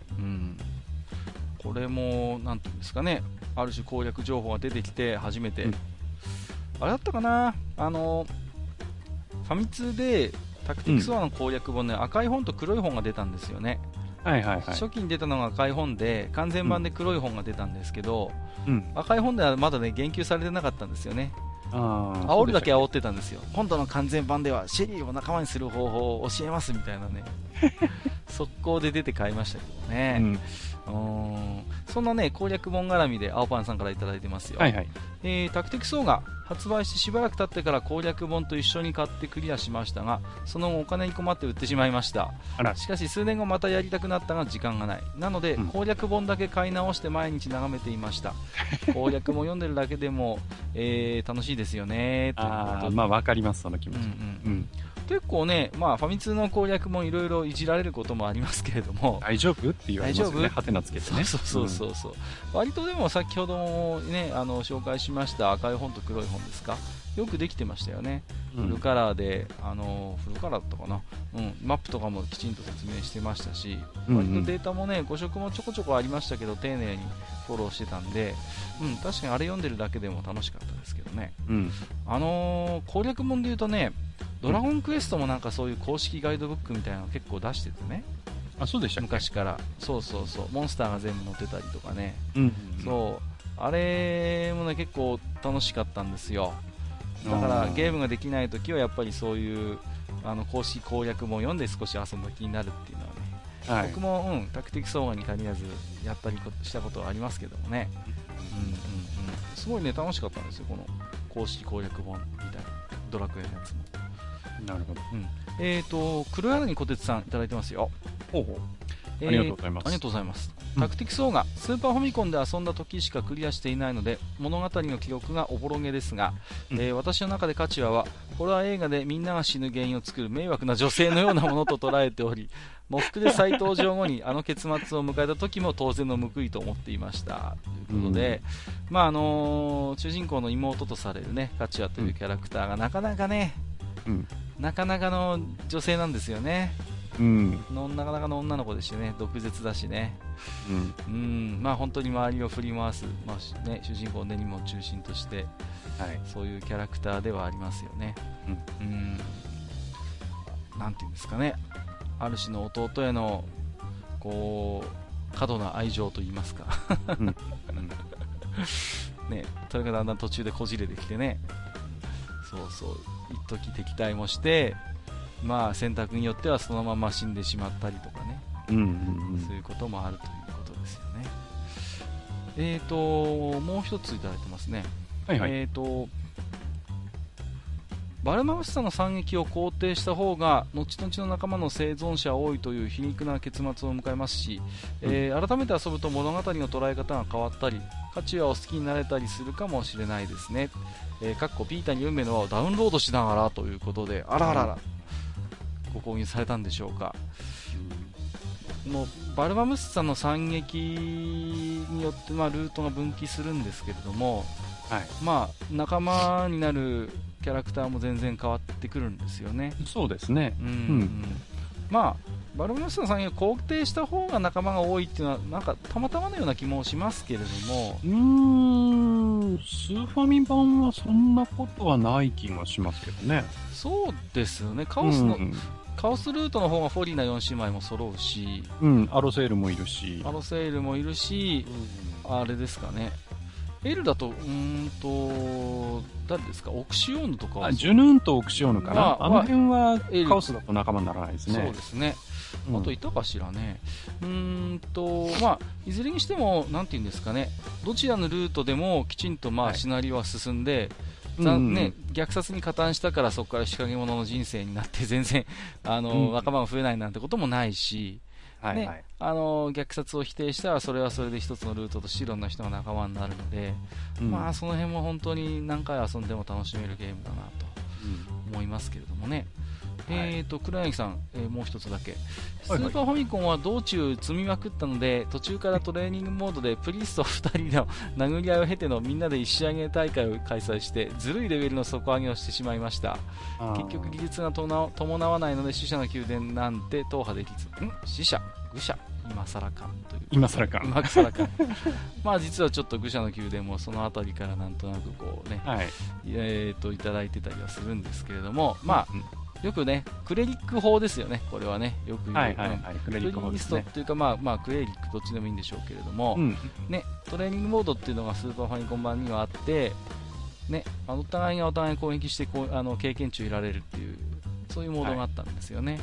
これもなんていうんですかね、ある種攻略情報が出てきて初めて、あれだったかな、ファミ通でタクティクスワーの攻略本ね、赤い本と黒い本が出たんですよね。初期に出たのが赤い本で完全版で黒い本が出たんですけど、赤い本ではまだね言及されてなかったんですよね。煽るだけ煽ってたんですよ。今度の完全版ではシェリーを仲間にする方法を教えますみたいなね速攻で出て買いましたけどね。そんなね攻略本絡みで青パンさんからいただいてますよ。タクティクスオーが発売してしばらく経ってから攻略本と一緒に買ってクリアしましたが、その後お金に困って売ってしまいました。しかし数年後またやりたくなったが時間がない。なので、攻略本だけ買い直して毎日眺めていました。攻略も読んでるだけでも、楽しいですよね。 まあわかりますその気持ち。 結構ね、まあ、ファミ通の攻略もいろいろいじられることもありますけれども、 大丈夫って言われますよね、ハテナつけてね。 そう割とでも先ほどもね紹介しました赤い本と黒い本ですか、よくできてましたよね。フルカラーでフルカラーだったかな、マップとかもきちんと説明してましたし、割とデータもね誤色もちょこちょこありましたけど丁寧にフォローしてたんで、確かにあれ読んでるだけでも楽しかったですけどね。攻略本でいうとね、ドラゴンクエストもなんかそういう公式ガイドブックみたいなの結構出しててね。 そうでしたっけ？ 昔から。そうモンスターが全部載ってたりとかね。 あれもね結構楽しかったんですよ。だからゲームができないときはやっぱりそういう公式攻略本を読んで少し遊んだ気になるっていうのはね、はい、僕も、タクティクスオーガに限らずやったりしたことはありますけどもね、すごいね楽しかったんですよ、この公式攻略本みたいなドラクエのやつも。 なるほど。黒柳小鉄さんいただいてますよ。 ほうほう。ありがとうございます。 ありがとうございます。タクティクスオーガ、スーパーファミコンで遊んだ時しかクリアしていないので物語の記憶がおぼろげですが、私の中でカチュアはホラー映画でみんなが死ぬ原因を作る迷惑な女性のようなものと捉えており、喪服で再登場後に結末を迎えた時も当然の報いと思っていましたということで、主人公の妹とされるねカチュアというキャラクターがなかなかね、なかなかの女性なんですよね。なかなかの女の子でしてね、毒舌だしね、本当に周りを振り回す、主人公ネニモを中心として、そういうキャラクターではありますよね。なんていうんですかね、ある種の弟へのこう過度な愛情といいますか、ね、それがだんだん途中でこじれてきてね、一時敵対もして、選択によってはそのまま死んでしまったりとかね、そういうこともあるということですよね。もう一ついただいてますね。バルマムスタの惨劇を肯定した方が後々の仲間の生存者は多いという皮肉な結末を迎えますし、改めて遊ぶと物語の捉え方が変わったりカチュアを好きになれたりするかもしれないですね。かっこピーターに運命の輪をダウンロードしながらということで、あららら、ご購入されたんでしょうか。もうバルマムスさんの惨劇によって、ルートが分岐するんですけれども、仲間になるキャラクターも全然変わってくるんですよね。 そうですね。 バルマムスの惨劇を肯定した方が仲間が多いっていうのはなんかたまたまのような気もしますけれども、 スーファミ版はそんなことはない気がしますけどね。 そうですよね。カオスルートの方がフォリーな4姉妹も揃うし、 アロセールもいるし、 あれですかね、L だと誰ですか、オクシオーヌとか、 ジュヌーンとオクシオーヌかな、あの辺はカオスだと仲間にならないですね。 そうですね。あといたかしらね。いずれにしてもなんていうんですかね、どちらのルートでもきちんとシナリオは進んで、虐殺に加担したからそこから仕掛け者の人生になって全然仲間が増えないなんてこともないし、虐殺を否定したらそれはそれで一つのルートとしていろんな人が仲間になるので、その辺も本当に何回遊んでも楽しめるゲームだなと思いますけれどもね。黒柳さん、もう一つだけ、スーパーファミコンは道中積みまくったので途中からトレーニングモードでプリースト2人の殴り合いを経てのみんなで一仕上げ大会を開催してずるいレベルの底上げをしてしまいました。結局技術が伴わないので死者の宮殿なんて踏破できず、死者愚者今更かという今更か実はちょっと愚者の宮殿もそのあたりからなんとなくこうね、いただいてたりはするんですけれども、よくねクレリック法ですよね、これはね、よく言う、 クレリック法ですね。 というかクレリックどっちでもいいんでしょうけれども、トレーニングモードっていうのがスーパーファミコン版にはあって、お互いがお互いに攻撃して経験値を得られるっていうそういうモードがあったんですよね。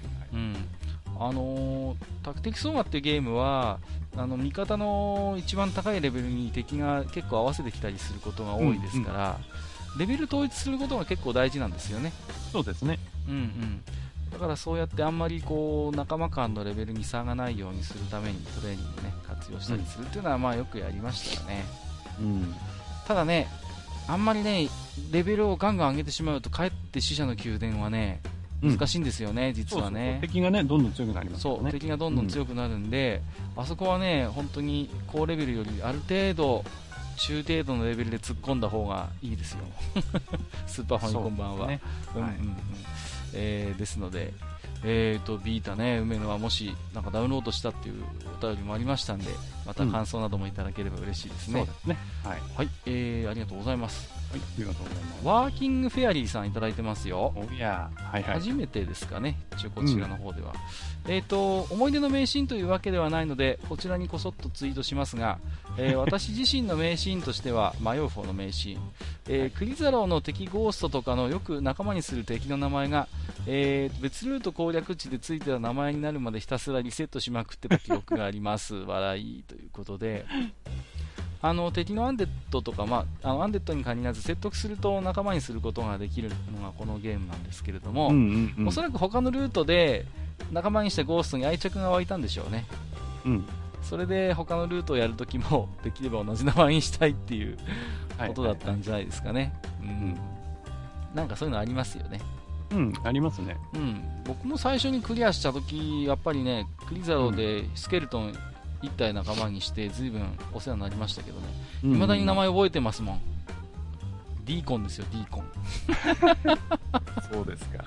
タクティクスオーガっていうゲームは味方の一番高いレベルに敵が結構合わせてきたりすることが多いですから、レベル統一することが結構大事なんですよね。 そうですね。 だからそうやってあんまり仲間間のレベルに差がないようにするためにトレーニングね活用したりするっていうのはよくやりましたよね。ただね、あんまりねレベルをガンガン上げてしまうとかえって死者の宮殿はね難しいんですよね、実はね。 敵がねどんどん強くなりますからね。 敵がどんどん強くなるんで、あそこはね本当に高レベルよりある程度中程度のレベルで突っ込んだ方がいいですよスーパーファミコン版は。ですのでビータね、梅野はもしなんかダウンロードしたっていうお便りもありましたんで、また感想などもいただければ嬉しいですね。 そうですね。はい。 はい、ありがとうございます。 はい、ありがとうございます。 ワーキングフェアリーさんいただいてますよ。 おや、はいはい。 初めてですかね、一応こちらの方では。思い出の名シーンというわけではないので、こちらにこそっとツイートしますが、私自身の名シーンとしては、迷う方の名シーン、クリザローの敵ゴーストとかのよく仲間にする敵の名前が、別ルート攻略地でついてた名前になるまでひたすらリセットしまくってた記憶があります。笑いということで。敵のアンデッドとか、アンデッドに限らず説得すると仲間にすることができるのがこのゲームなんですけれども、おそらく他のルートで仲間にしたゴーストに愛着が湧いたんでしょうね。それで他のルートをやるときもできれば同じ名前にしたいっていうことだったんじゃないですかね。なんかそういうのありますよね。 ありますね。 僕も最初にクリアしたとき、やっぱりね、クリザロでスケルトン一体仲間にして随分お世話になりましたけどね、未だに名前覚えてますもん。ディーコンですよ、ディーコン。 そうですか。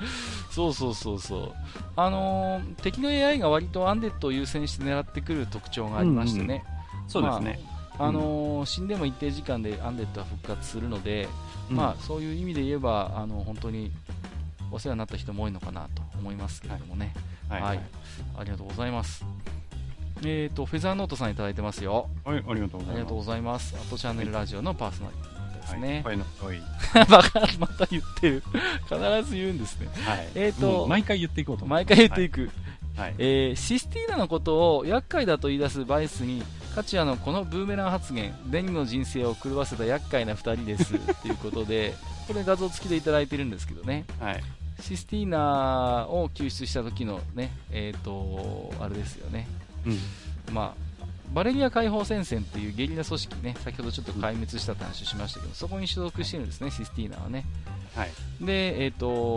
そう敵の AI が割とアンデッドを優先して狙ってくる特徴がありましてね。 そうですね。 死んでも一定時間でアンデッドは復活するので、そういう意味で言えば本当にお世話になった人も多いのかなと思いますけれどもね。ありがとうございます。フェザーノートさんいただいてますよ。 はい、ありがとうございます。 あとチャンネルラジオのパーソナリティですね。また言ってる。必ず言うんですね。 毎回言っていこうと思毎回言っていく。システィーナのことを厄介だと言い出すバイスに、カチヤのこのブーメラン発言、デニムの人生を狂わせた厄介な2人ですということで、これ画像付きでいただいてるんですけどね。システィーナを救出した時のね、あれですよね。バレリア解放戦線っていうゲリラ組織ね、先ほどちょっと壊滅したって話をしましたけど、そこに所属してるんですね、システィーナはね。で、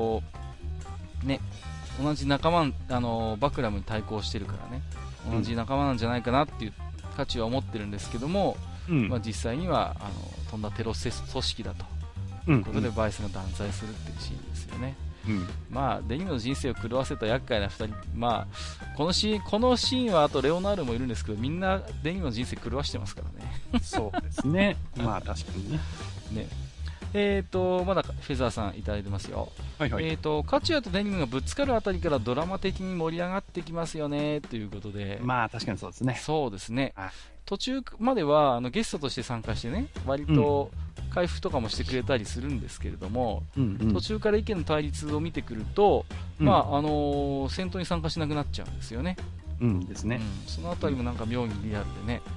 同じ仲間、バクラムに対抗してるからね、同じ仲間なんじゃないかなっていう価値は思ってるんですけども、実際にはとんだテロ組織だということで、バイスが断罪するっていうシーンですよね。デニムの人生を狂わせた厄介な2人、このシーンはあとレオナールもいるんですけど、みんなデニムの人生狂わしてますからね。 そうですね。確かにね。 まだフェザーさんいただいてますよ。カチュアとデニムがぶつかるあたりからドラマ的に盛り上がってきますよねということで。 確かにそうですね。 そうですね。途中まではゲストとして参加してね、割と回復とかもしてくれたりするんですけれども、途中から意見の対立を見てくると、戦闘に参加しなくなっちゃうんですよね。 ですね。 そのあたりもなんか妙にリアルでね。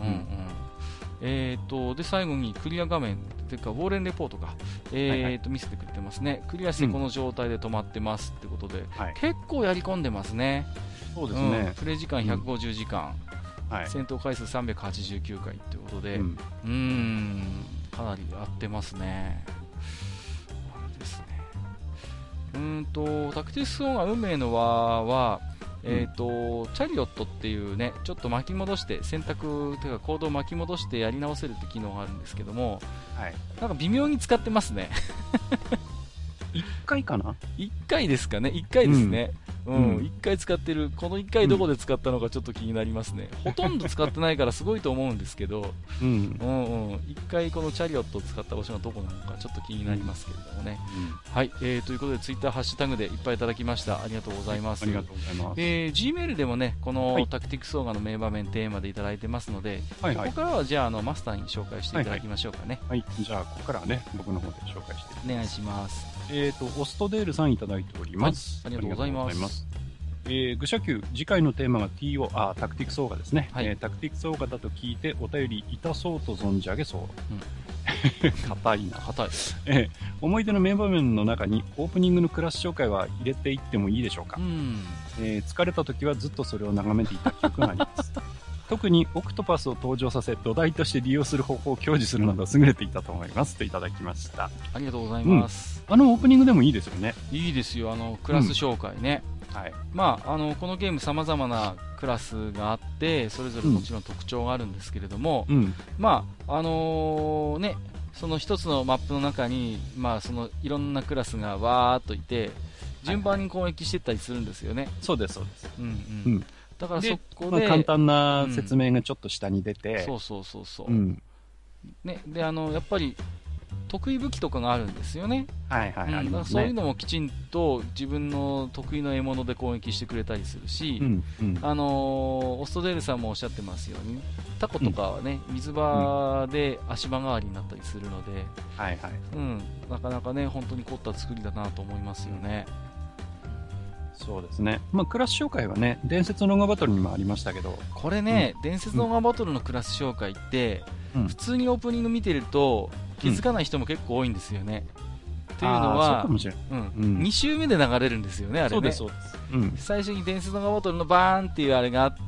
で最後にクリア画面というかウォーレンレポートか、見せてくれてますね。クリアしてこの状態で止まってますってことで、結構やり込んでますね。 そうですね。 プレイ時間150時間、戦闘回数389回ということで、かなりやってますね。あれですね。タクティスオーガ運命の輪は、チャリオットっていうね、ちょっと巻き戻して選択というか行動を巻き戻してやり直せるって機能があるんですけども、なんか微妙に使ってますね。 1回かな ?1 回ですかね。1回ですね。1回使ってる。この1回どこで使ったのかちょっと気になりますね。ほとんど使ってないからすごいと思うんですけど、1回このチャリオットを使った場所がどこなのかちょっと気になりますけれどもね。はい、ということでツイッターハッシュタグでいっぱいいただきました。ありがとうございます。 ありがとうございます。 Gmail でもね、このタクティクスオーガの名場面テーマでいただいてますので、ここからはじゃあマスターに紹介していただきましょうかね。 じゃあここからはね、僕の方で紹介してお願いします。 オストデールさんいただいております。 ありがとうございます。 愚者級、次回のテーマがタクティクスオーガですね。タクティクスオーガだと聞いてお便りいたそうと存じ上げそう。硬いな。 硬い。 思い出の名場面の中にオープニングのクラス紹介は入れていってもいいでしょうか。疲れた時はずっとそれを眺めていた記憶があります。特にオクトパスを登場させ土台として利用する方法を享受するなど優れていたと思いますといただきました。 ありがとうございます。 オープニングでもいいですよね。 いいですよ。クラス紹介ね。このゲーム様々なクラスがあってそれぞれもちろん特徴があるんですけれども、その一つのマップの中に、そのいろんなクラスがわーっといて、 順番に攻撃していったりするんですよね。 そうです、そうです。 うんうん。だからそこで、 簡単な説明がちょっと下に出て、 そうそうそうそう。ね、で、やっぱり、得意武器とかがあるんですよね。 はいはい、ありますね。 そういうのもきちんと自分の得意の獲物で攻撃してくれたりするし、オストデールさんもおっしゃってますように、タコとかはね、水場で足場代わりになったりするので、なかなかね、本当に凝った作りだなと思いますよね。 そうですね。まあ、クラス紹介はね、伝説のオーガバトルにもありましたけど。 これね、伝説のオーガバトルのクラス紹介って、普通にオープニング見てると、気づかない人も結構多いんですよね。というのは、2周目で流れるんですよね、あれね。 そうです。 最初に伝説のオーガバトルのバーンっていうあれがあって、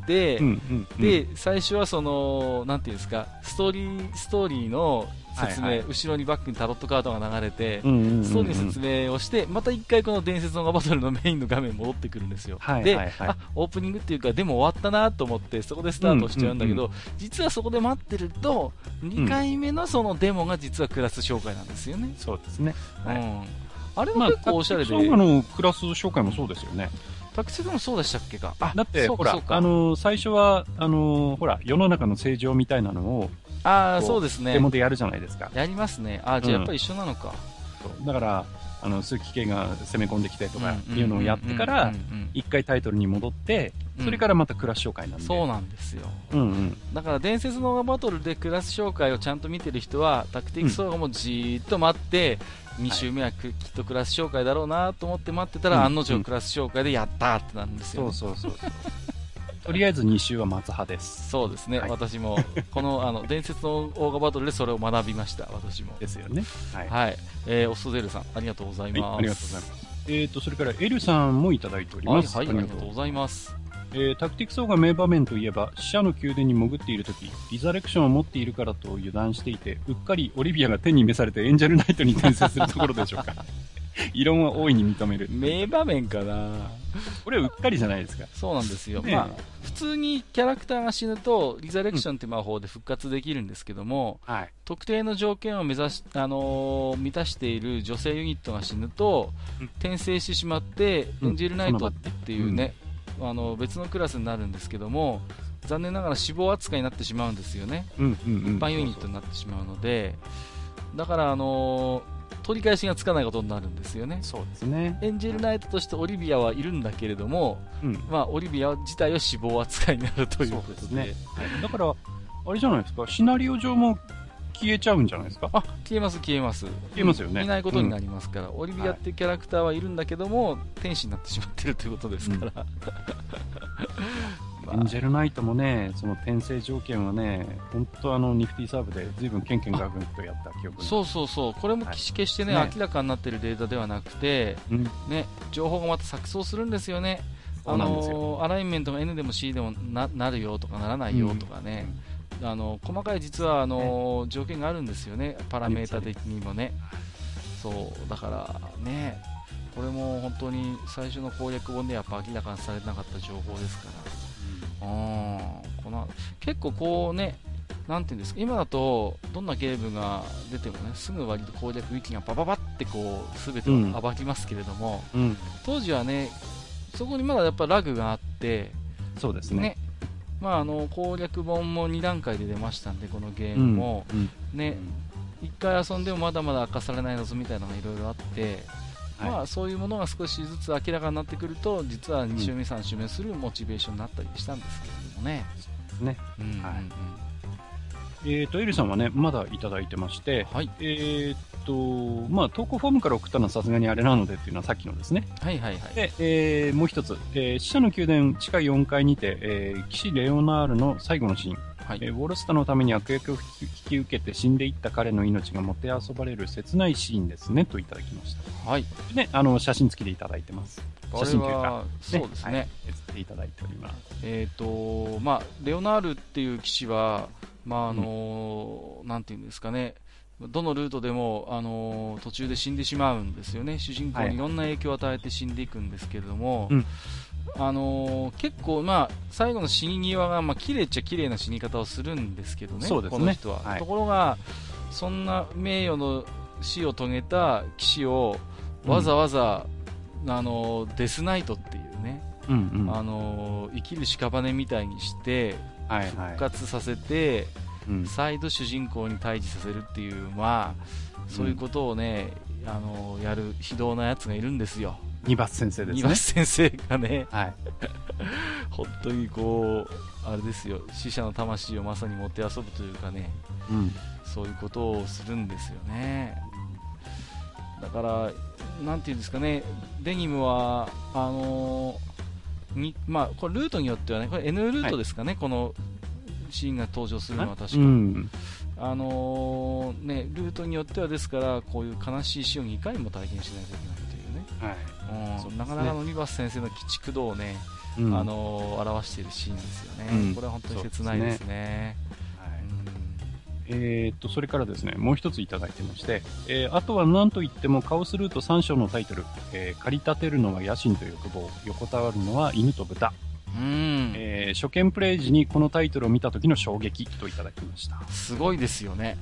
で、最初はその、なんていうんですか、ストーリーの説明、後ろにバックにタロットカードが流れて、ストーリーの説明をして、また一回この伝説のオーガバトルのメインの画面に戻ってくるんですよ。で、オープニングっていうか、でも終わったなと思って、そこでスタートしちゃうんだけど、実はそこで待ってると、2回目のそのデモが実はクラス紹介なんですよね。 そうですね。 あれも結構おしゃれで。 のクラス紹介もそうですよね。 タクシーもそうでしたっけか。 だって、ほら、最初は、ほら、世の中の正常みたいなのを、 そうですね。 デモでやるじゃないですか。 やりますね。じゃあやっぱり一緒なのか。 だから、数奇系が攻め込んできてとかいうのをやってから、一回タイトルに戻って、それからまたクラス紹介なんで。 そうなんですよ。だから伝説のオーガバトルでクラス紹介をちゃんと見てる人は、タクティクスオーガもじーっと待って、2周目はきっとクラス紹介だろうなと思って待ってたら、案の定クラス紹介でやったってなるんですよ。 そう。とりあえず2周は待つ派です。 そうですね、私もこの伝説のオーガバトルでそれを学びました、私も。 ですよね。 はい。オストデールさん、ありがとうございます。 ありがとうございます。それからエルさんもいただいております。 ありがとうございます。 タクティクスオーガ名場面といえば、死者の宮殿に潜っているとき、リザレクションを持っているからと油断していて、うっかりオリビアが天に召されてエンジェルナイトに転生するところでしょうか。異論は大いに認める。 名場面かな。 これはうっかりじゃないですか。 そうなんですよ。普通にキャラクターが死ぬと、リザレクションって魔法で復活できるんですけども、特定の条件を満たしている女性ユニットが死ぬと、転生してしまって、エンジェルナイトっていうね、別のクラスになるんですけども、残念ながら死亡扱いになってしまうんですよね。一般ユニットになってしまうので、だから取り返しがつかないことになるんですよね。 そうですね。 エンジェルナイトとしてオリビアはいるんだけれども、オリビア自体は死亡扱いになるということですね。 だから、あれじゃないですか、シナリオ上も消えちゃうんじゃないですか。 消えます。消えますよね。いないことになりますから、オリビアっていうキャラクターはいるんだけども、天使になってしまってるということですから。 エンジェルナイトもね、その転生条件はね、本当ニフティサーブで随分ケンケンガクンとやった記憶。 そう。これも決してね、明らかになっているデータではなくて、情報がまた錯綜するんですよね。アライメントが N でも C でも なるよとかならないよとかね。細かい実は条件があるんですよね。パラメータ的にもね。だからね、これも本当に最初の攻略本でやっぱ明らかにされなかった情報ですから。結構こうね、なんていうんですか、今だとどんなゲームが出てもね、すぐ割と攻略ウィキがバババってこう全てを暴きますけれども、当時はね、そこにまだやっぱラグがあって、 そうですね。 攻略本も2段階で出ましたんで、このゲームも、1回遊んでもまだまだ明かされない謎みたいなのがいろいろあって、そういうものが少しずつ明らかになってくると、実は2周目3周目するモチベーションになったりしたんですけれどもね。 エルさんはね、まだいただいてまして、投稿フォームから送ったのはさすがにあれなのでっていうのはさっきのですね。で、もう一つ、死者の宮殿地下4階にて、騎士レオナールの最後のシーン。ウォルスタのために悪役を引き受けて死んでいった彼の命がもてあそばれる切ないシーンですねといただきました。で、写真付きでいただいてます。写真というか、 そうですね。 付けいただいております。 レオナールっていう騎士は、なんていうんですかね、どのルートでも、途中で死んでしまうんですよね。主人公にいろんな影響を与えて死んでいくんですけれども、結構、最後の死に際が、綺麗っちゃ綺麗な死に方をするんですけどね、この人は。ところが、そんな名誉の死を遂げた騎士をわざわざデスナイトっていうね、生きる屍みたいにして、復活させて、再度主人公に対峙させるっていう、そういうことをね、やる非道なやつがいるんですよ。 ニバス先生ですね。 ニバス先生がね、本当にあれですよ、死者の魂をまさに持って遊ぶというかね、そういうことをするんですよね。だからなんていうんですかね、デニムはこれルートによってはね、これ N ルートですかね、このシーンが登場するのは確か、ルートによってはですから、こういう悲しい死を2回も体験しないといけないというね、なかなかのニバス先生の鬼畜度をね、表しているシーンですよね。これは本当に切ないですね。 それからですね、もう一ついただいてまして、あとは何といってもカオスルート3章のタイトル、駆り立てるのは野心と欲望、横たわるのは犬と豚。初見プレイ時にこのタイトルを見た時の衝撃といただきました。 すごいですよね。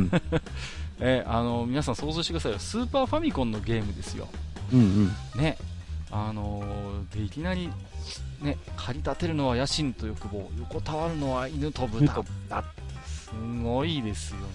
皆さん想像してくださいよ。スーパーファミコンのゲームですよ。ね、でいきなりね、駆り立てるのは野心と欲望、横たわるのは犬と豚。すごいですよね、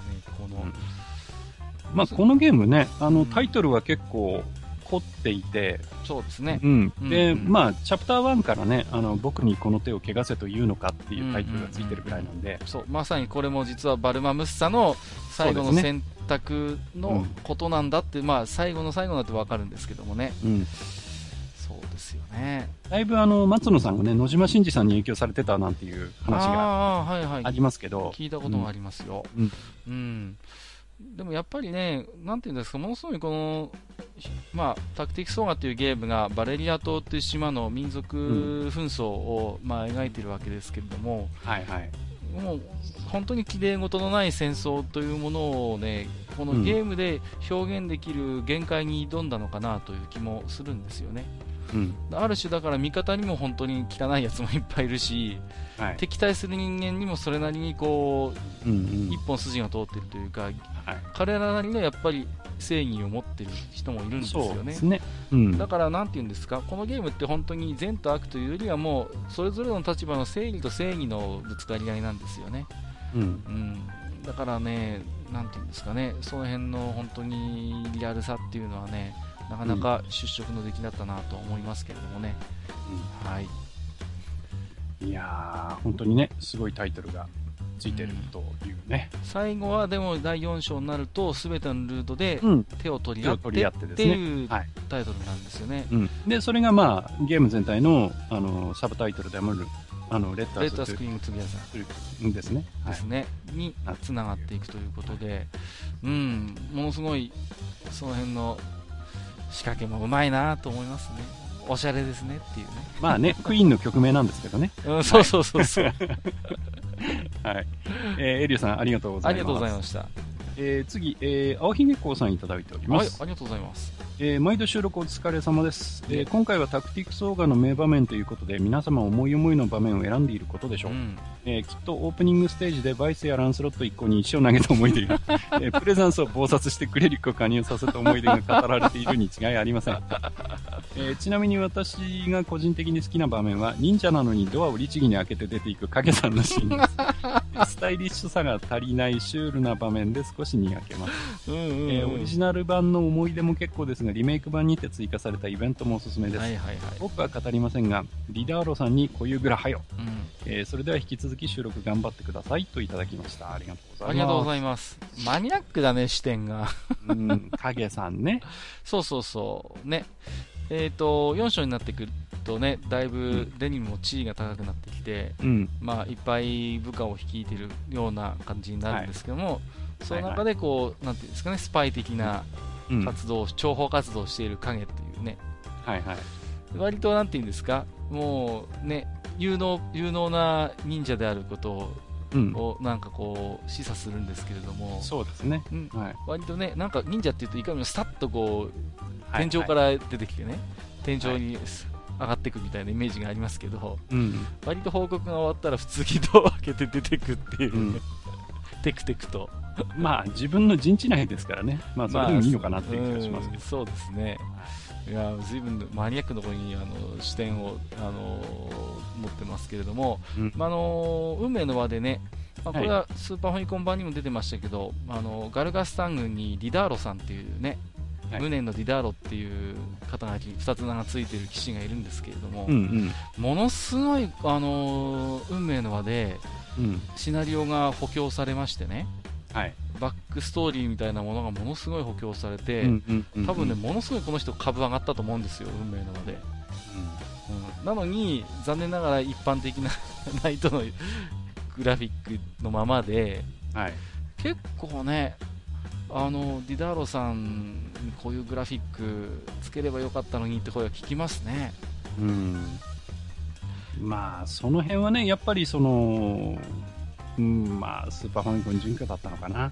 このゲームね、タイトルは結構凝っていて、 そうですね。 で、チャプター1からね、僕にこの手を汚せというのかっていうタイトルがついてるぐらいなんで、 そう、まさにこれも実はバルマムッサの最後の選択のことなんだって、最後の最後だってわかるんですけどもね。そうですよね。 だいぶ松野さんがね、野島伸二さんに影響されてたなんていう話がありますけど、 聞いたことがありますよ。でもやっぱりね、なんていうんですか、ものすごいこの、タクティクスオーガというゲームがバレリア島という島の民族紛争を、描いているわけですけれども、もう本当に綺麗事のない戦争というものをね、このゲームで表現できる限界に挑んだのかなという気もするんですよね。ある種だから味方にも本当に汚いやつもいっぱいいるし、敵対する人間にもそれなりにこう、一本筋が通っているというか、彼らなりのやっぱり正義を持っている人もいるんですよね。だからなんていうんですか、このゲームって本当に善と悪というよりはもうそれぞれの立場の正義と正義のぶつかり合いなんですよね。だからね、なんていうんですかね、その辺の本当にリアルさっていうのはね、なかなか出色の出来だったなと思いますけれどもね。 いやー、本当にね、すごいタイトルがついてるというね。 最後はでも第4章になると、すべてのルートで手を取り合ってっていうタイトルなんですよね。 で、それがゲーム全体の、サブタイトルでもある、レッタースクリーントゥギャザーですね。 につながっていくということで、ものすごいその辺の仕掛けもうまいなと思いますね。おしゃれですねっていうね。 クイーンの曲名なんですけどね。 そうそう。 エリュさんありがとうございます。 ありがとうございました。 次、青ひげこうさんいただいております。 ありがとうございます。 毎度収録お疲れ様です。今回はタクティクスオーガの名場面ということで、皆様思い思いの場面を選んでいることでしょう。きっとオープニングステージでバイスやランスロット一行に石を投げた思い出が、プレザンスを暴殺してクレリックを加入させた思い出が語られているに違いありません。ちなみに私が個人的に好きな場面は、忍者なのにドアを律儀に開けて出ていく影さんのシーンです。スタイリッシュさが足りないシュールな場面で少しにやけます。オリジナル版の思い出も結構ですが、リメイク版にて追加されたイベントもおすすめです。僕は語りませんが、リダーロさんに固有ぐらはよ。それでは引き続き収録頑張ってくださいといただきました。ありがとうございます。 ありがとうございます。マニアックだね、視点が。 影さんね。 そうね。4章になってくるとね、だいぶデニムも地位が高くなってきて、いっぱい部下を率いているような感じになるんですけども、その中でこう、なんていうんですかね、スパイ的な活動、諜報活動をしている影というね、割となんていうんですか、もうね、有能な忍者であることを、なんかこう示唆するんですけれども、 そうですね。 割とね、なんか忍者っていうといかにもスタッとこう天井から出てきてね、天井に上がっていくみたいなイメージがありますけど、割と報告が終わったら普通にドアを開けて出てくっていう、テクテクと。 自分の陣地内ですからね、それでもいいのかなっていう気がしますけど。 そうですね。 いや随分マニアックなところに視点を持ってますけれども、運命の輪でね、これはスーパーファミコン版にも出てましたけど、ガルガスタン軍にディダーロさんっていうね、無念のディダーロっていう肩書きに2つ名がついている騎士がいるんですけれども、ものすごい、運命の輪でシナリオが補強されましてね、バックストーリーみたいなものがものすごい補強されて、多分ね、ものすごいこの人株上がったと思うんですよ、運命の輪で。なのに残念ながら一般的なナイトのグラフィックのままで、結構ね、ディダーロさんこういうグラフィックつければよかったのにって声が聞きますね。 まあその辺はね、やっぱりその、まあスーパーファミコン準拠だったのかな。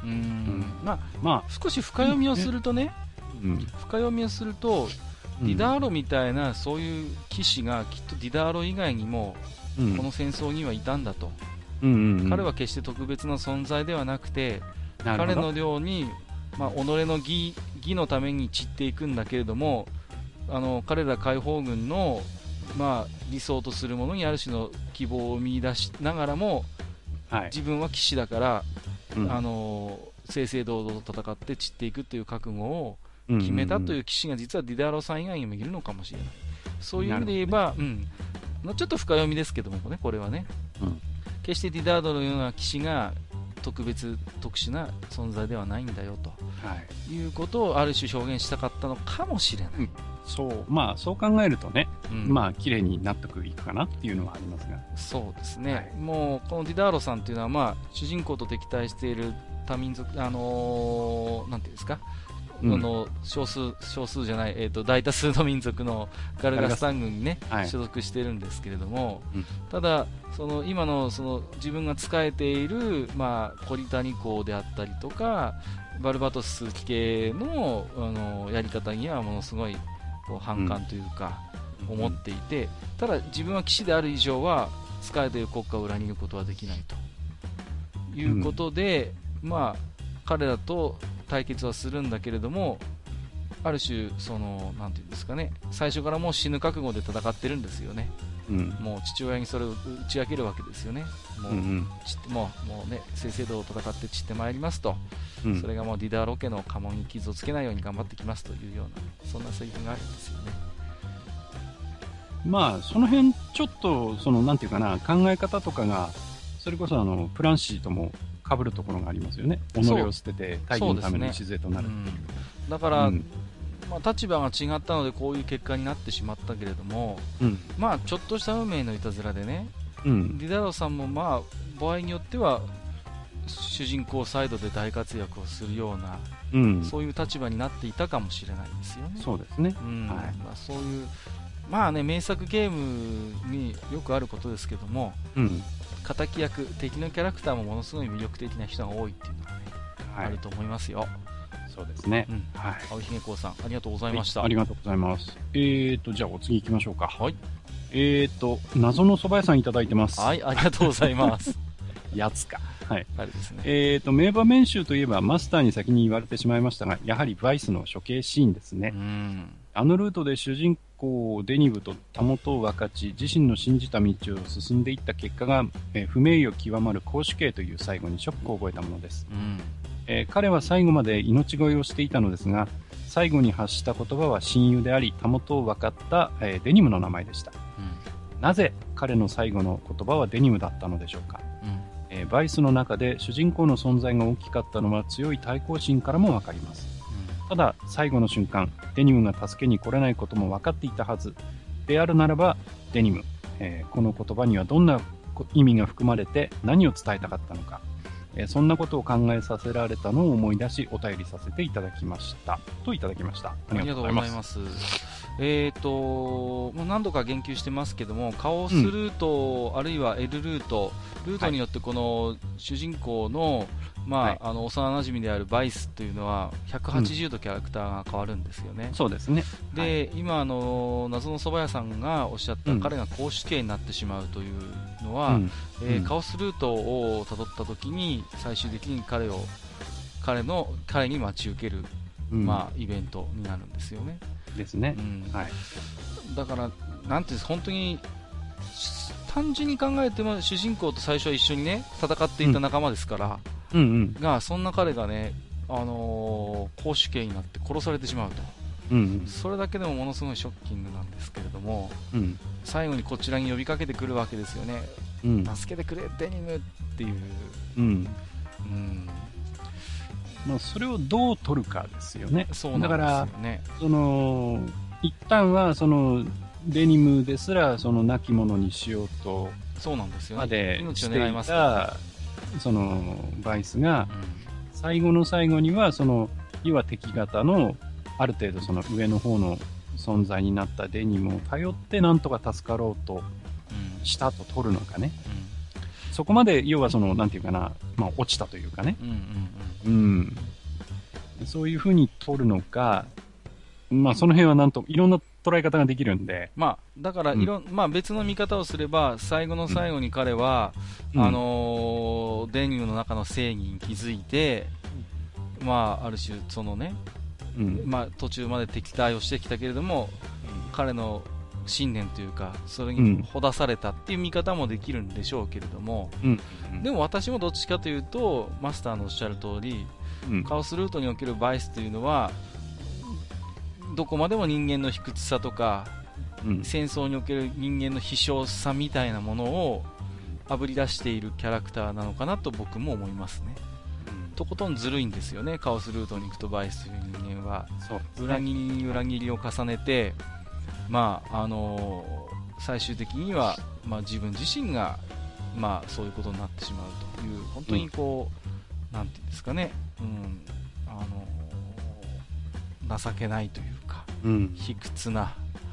少し深読みをするとね、深読みをすると、ディダーロみたいなそういう騎士がきっとディダーロ以外にもこの戦争にはいたんだと。彼は決して特別な存在ではなくて、彼のように、己の義のために散っていくんだけれども、彼ら解放軍の、理想とするものにある種の希望を見出しながらも、自分は騎士だから、正々堂々と戦って散っていくという覚悟を決めたという騎士が実はディダーロさん以外にもいるのかもしれない。そういう意味で言えば、ちょっと深読みですけどもね、これはね、決してディダーロのような騎士が特別特殊な存在ではないんだよと、いうことをある種表現したかったのかもしれない。 そう考えるとね、綺麗に納得いくかなっていうのはありますが、 そうですね、もうこのディダーロさんというのは、主人公と敵対している多民族、なんていうんですか、少数じゃない、大多数の民族のガルガスタン軍にね、所属しているんですけれども、ただ今の自分が仕えている、ポリタニ公であったりとかバルバトス騎系の、やり方にはものすごい反感というか、思っていて、ただ自分は騎士である以上は仕えている国家を裏切ることはできないということで、彼らと対決はするんだけれども、ある種なんていうんですかね、最初からもう死ぬ覚悟で戦ってるんですよね。もう父親にそれを打ち明けるわけですよね。もうね、正々堂々戦って散ってまいりますと、それがもうディダーロ家の家紋に傷をつけないように頑張ってきますというような、そんなセリフがあるんですよね。 その辺ちょっとなんていうかな、考え方とかがそれこそプランシーとも被るところがありますよね。己を捨てて大義のための礎となるっていう。 だから、立場が違ったのでこういう結果になってしまったけれども、ちょっとした運命のいたずらでね、ディダーロさんも場合によっては主人公サイドで大活躍をするような、そういう立場になっていたかもしれないですよね。 そうですね。 そういう名作ゲームによくあることですけども、敵役、敵のキャラクターもものすごい魅力的な人が多いっていうのはね、あると思いますよ。 そうですね。 青ひげこうさん、ありがとうございました。 ありがとうございます。じゃあお次行きましょうか。謎の蕎麦屋さんいただいてます。 ありがとうございます。 やつか。あれですね。 名場面集といえばマスターに先に言われてしまいましたが、やはりバイスの処刑シーンですね。あのルートで主人公デニブとたもとを分かち、自身の信じた道を進んでいった結果が、不名誉極まる絞首刑という最後にショックを覚えたものです。彼は最後まで命乞いをしていたのですが、最後に発した言葉は親友であり、たもとを分かった、デニムの名前でした。なぜ彼の最後の言葉はデニムだったのでしょうか。バイスの中で主人公の存在が大きかったのは強い対抗心からもわかります。ただ最後の瞬間、デニムが助けに来れないことも分かっていたはずであるならば、デニム、この言葉にはどんな意味が含まれて何を伝えたかったのか、そんなことを考えさせられたのを思い出しお便りさせていただきましたといただきました。 ありがとうございます。何度か言及してますけども、カオスルート、あるいは L ルートによってこの主人公の、幼馴染であるバイスというのは180度キャラクターが変わるんですよね。 そうですね。 で、今謎の蕎麦屋さんがおっしゃった、彼が絞首刑になってしまうというのは、カオスルートをたどった時に最終的に彼に待ち受ける、イベントになるんですよね。 ですね。はい。 だから、なんていうんですか、本当に、単純に考えても主人公と最初は一緒にね戦っていた仲間ですから、がそんな彼がね、公主刑になって殺されてしまうと、それだけでもものすごいショッキングなんですけれども、最後にこちらに呼びかけてくるわけですよね、助けてくれデニムっていう、 まあ、それをどう取るかですよね。 そうなんですよね。だから一旦はデニムですら亡き者にしようとまでしていたバイスが、最後の最後には要は敵方のある程度上の方の存在になったデニムを頼ってなんとか助かろうとしたと取るのかね、そこまで要はなんていうかな、まあ、落ちたというかね、そういう風に取るのか、まあその辺はなんといろんな捉え方ができるんで、 まあ、だからまあ、別の見方をすれば最後の最後に彼は、デニムの中の正義に気づいて、まあ、ある種ね、まあ、途中まで敵対をしてきたけれども、彼の信念というかそれにほだされたっていう見方もできるんでしょうけれども、でも私もどっちかというとマスターのおっしゃる通り、カオスルートにおけるバイスというのはどこまでも人間の卑屈さとか、戦争における人間の卑小さみたいなものをあぶり出しているキャラクターなのかなと僕も思いますね。とことんずるいんですよね、カオスルートに行くとバイスという人間は、裏切りに裏切りを重ねて、まあ最終的には、まあ、自分自身が、まあ、そういうことになってしまうという、本当にこう、なんていうんですかね、情けないというか、卑屈な、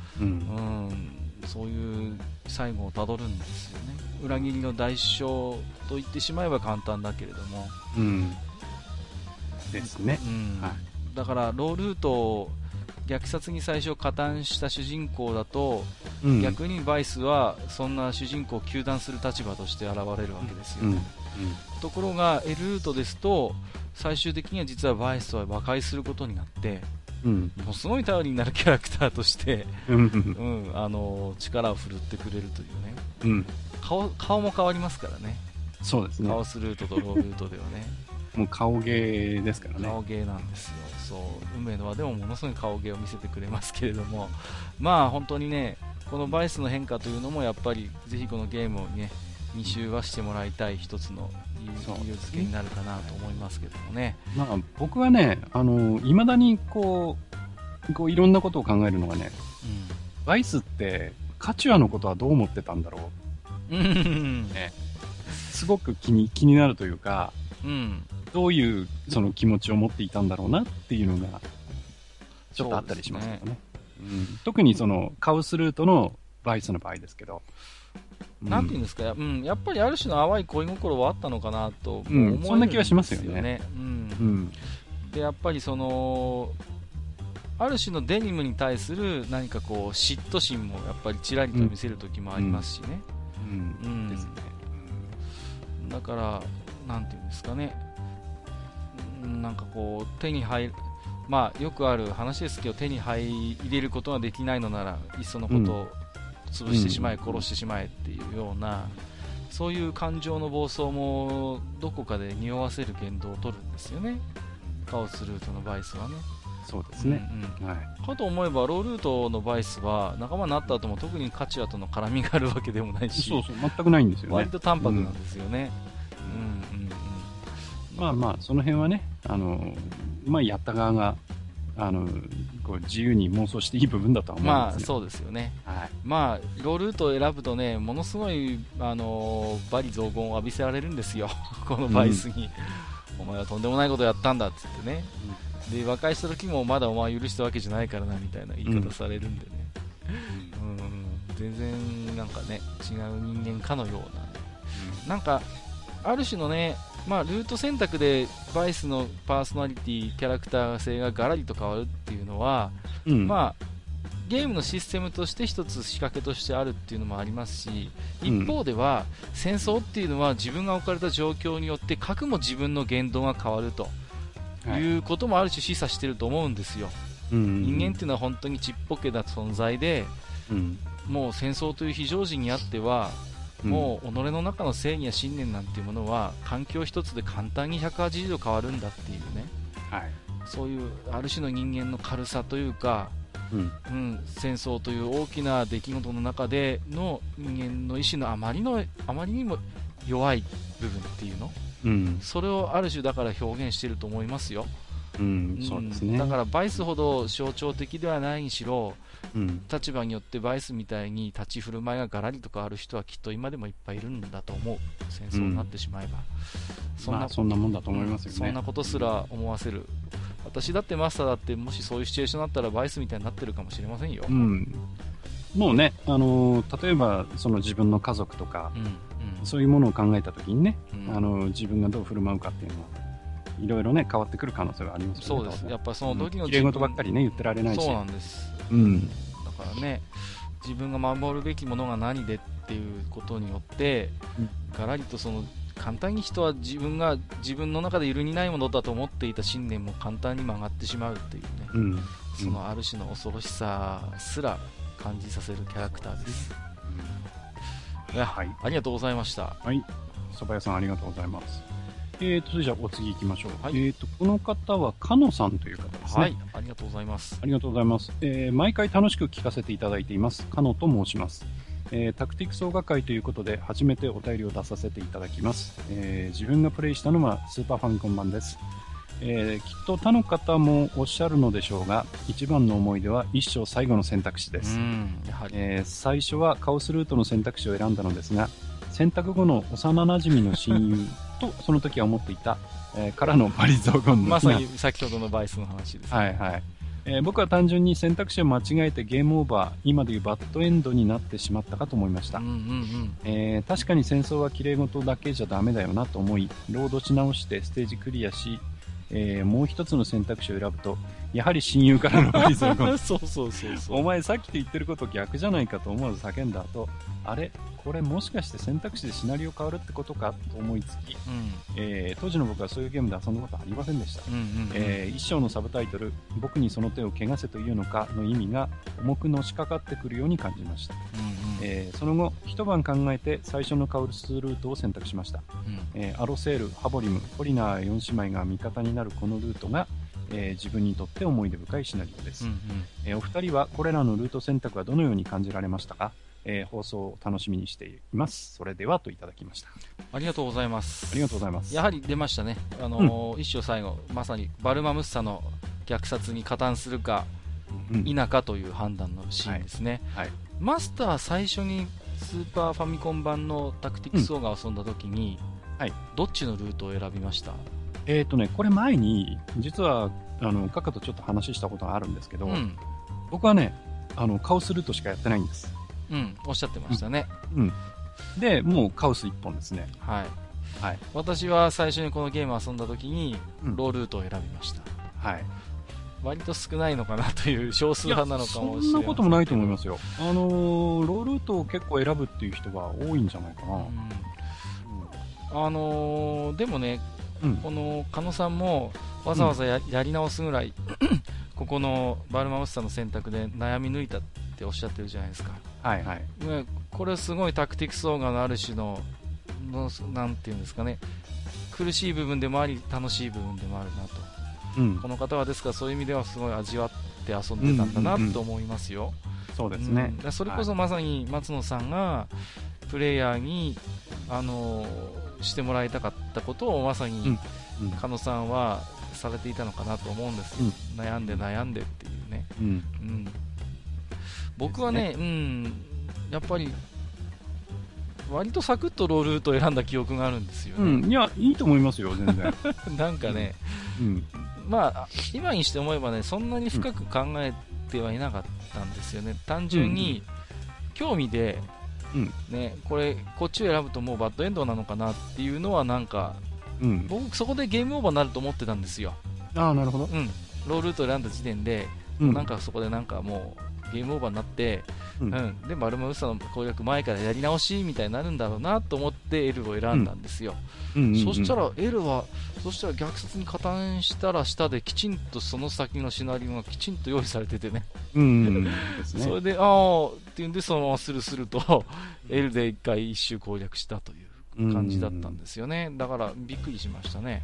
そういう最後をたどるんですよね。裏切りの代償と言ってしまえば簡単だけれども、 ですね、 だからロールートを虐殺に最初加担した主人公だと、逆にバイスはそんな主人公を糾弾する立場として現れるわけですよね、ところが L ルートですと最終的には実はバイスは和解することになって、もうすごい頼りになるキャラクターとして、力を振るってくれるというね、顔も変わりますからね。 そうですね。 カオスルートとロールートではねもう顔芸ですからね。 顔芸なんですよ。そう、運命の輪でもものすごい顔芸を見せてくれますけれども、まあ本当にね、このバイスの変化というのもやっぱりぜひこのゲームをね2周はしてもらいたい一つの理由付けになるかなと思いますけどもね。 まあ僕はね、未だにこういろんなことを考えるのがね、バイスってカチュアのことはどう思ってたんだろう、ね、すごく気になるというか、どういうその気持ちを持っていたんだろうなっていうのがちょっとあったりしますけどね。特にそのカオスルートのバイスの場合ですけど、 なんていうんですか、やっぱりある種の淡い恋心はあったのかなと思うんですよね。 そんな気はしますよね。 でやっぱりある種のデニムに対する何かこう嫉妬心もやっぱりちらりと見せる時もありますしね。ですね。だからなんていうんですかね、なんかこう手に入る、まあよくある話ですけど、手に入れることができないのならいっそのことを潰してしまえ、殺してしまえっていうような、そういう感情の暴走もどこかで匂わせる言動を取るんですよね、カオスルートのバイスはね。 そうですね、 かと思えばロールートのバイスは仲間になった後も特にカチュアとの絡みがあるわけでもないし、 そう全くないんですよね。 割と淡白なんですよね。 まあまあその辺はね、まあやった側がこう自由に妄想していい部分だとは思うんですよ。 まあそうですよね。まあロールートを選ぶとね、ものすごい罵詈雑言を浴びせられるんですよこのバイスに、お前はとんでもないことをやったんだっつってね、で和解した時もまだお前許したわけじゃないからなみたいな言い方されるんでね、全然なんかね違う人間かのような、なんかある種のね、まあ、ルート選択でバイスのパーソナリティキャラクター性がガラリと変わるっていうのは、まあ、ゲームのシステムとして一つ仕掛けとしてあるっていうのもありますし、一方では戦争っていうのは自分が置かれた状況によって核も自分の言動が変わるということもある種示唆してると思うんですよ。 人間っていうのは本当にちっぽけな存在で、もう戦争という非常時にあっては、もう己の中の正義や信念なんていうものは環境一つで簡単に180度変わるんだっていうね、そういうある種の人間の軽さというか、戦争という大きな出来事の中での人間の意志のあまりにも弱い部分っていうの、それをある種だから表現していると思いますよ。 そうですね。 だからバイスほど象徴的ではないにしろ、立場によってバイスみたいに立ち振る舞いがガラリと変わる人はきっと今でもいっぱいいるんだと思う。戦争になってしまえば、 そんなもんだと思いますよね。 そんなことすら思わせる。私だってマスターだってもしそういうシチュエーションだったらバイスみたいになってるかもしれませんよ。 もうね、例えばその自分の家族とか、そういうものを考えたときにね、自分がどう振る舞うかっていうのはいろいろね変わってくる可能性はありますよね。 そうです。やっぱその時の綺麗事ばっかりね言ってられないし。 そうなんです。だからね、自分が守るべきものが何でっていうことによって、ガラリとその簡単に人は自分の中で揺るぎないものだと思っていた信念も簡単に曲がってしまうっていうね、そのある種の恐ろしさすら感じさせるキャラクターです。ありがとうございました。 はい、蕎麦屋さんありがとうございます。それじゃあお次行きましょう。この方はかのさんという方ですね。 ありがとうございます。 ありがとうございます。毎回楽しく聞かせていただいています。かのと申します。タクティクス総合会ということで初めてお便りを出させていただきます。自分がプレイしたのはスーパーファミコン版です。きっと他の方もおっしゃるのでしょうが、一番の思い出は一生最後の選択肢です。最初はカオスルートの選択肢を選んだのですが、選択後の幼馴染の親友とその時は思っていた、からのバリゾーゴンのまさに先ほどのバイスの話ですね。 僕は単純に選択肢を間違えてゲームオーバー、今でいうバッドエンドになってしまったかと思いました。確かに戦争は綺麗事だけじゃダメだよなと思い、ロードし直してステージクリアし、もう一つの選択肢を選ぶと、やはり親友からのバリゾーゴンお前さっきと言ってること逆じゃないかと思わず叫んだ後、あれこれもしかして選択肢でシナリオ変わるってことかと思いつき、当時の僕はそういうゲームで遊んだことありませんでした。一章のサブタイトル、僕にその手を汚せというのかの意味が重くのしかかってくるように感じました。その後一晩考えて最初のカウスルートを選択しました。アロセール、ハボリム、ポリナー4姉妹が味方になるこのルートが、自分にとって思い出深いシナリオです。お二人はこれらのルート選択はどのように感じられましたか？放送を楽しみにしています。それではといただきました。 ありがとうございます。 ありがとうございます。 やはり出ましたね。一章最後、まさにバルマムッサの虐殺に加担するか否かという判断のシーンですね。マスター最初にスーパーファミコン版のタクティクスオーガを遊んだ時に、どっちのルートを選びました？ これ前に実はカカとちょっと話したことがあるんですけど、僕はねカオスルートしかやってないんです。 おっしゃってましたね。 でもうカオス一本ですね。 私は最初にこのゲームを遊んだ時にロールートを選びました。割と少ないのかなという少数派なのかもしれない。 そんなこともないと思いますよ。ロールートを結構選ぶっていう人が多いんじゃないかな。 でもね、この狩野さんもわざわざ やり直すぐらいここのバルマムッサの選択で悩み抜いたっておっしゃってるじゃないですか。これすごいタクティクスオーガのある種のなんていうんですかね、苦しい部分でもあり楽しい部分でもあるなと、この方はですからそういう意味ではすごい味わって遊んでたんだなと思いますよ。 そうですね。 それこそまさに松野さんがプレイヤーにしてもらいたかったことをまさに狩野さんはされていたのかなと思うんですよ。悩んでっていうね。僕はね、やっぱり割とサクッとロールートを選んだ記憶があるんですよね。 いや、いいと思いますよ、全然。 なんかね、まあ今にして思えばね、そんなに深く考えてはいなかったんですよね。単純に興味で、こっちを選ぶともうバッドエンドなのかなっていうのはなんか、僕そこでゲームオーバーになると思ってたんですよ。 なるほど。 ロールートを選んだ時点で、なんかそこでなんかもうゲームオーバーになって、で丸々さの攻略前からやり直しみたいになるんだろうなと思って L を選んだんですよ。そしたら L は逆説に加担したら下できちんとその先のシナリオがきちんと用意されててね、それでっていうんでそのままスルスルと L で一回一周攻略したという感じだったんですよね。だからびっくりしましたね。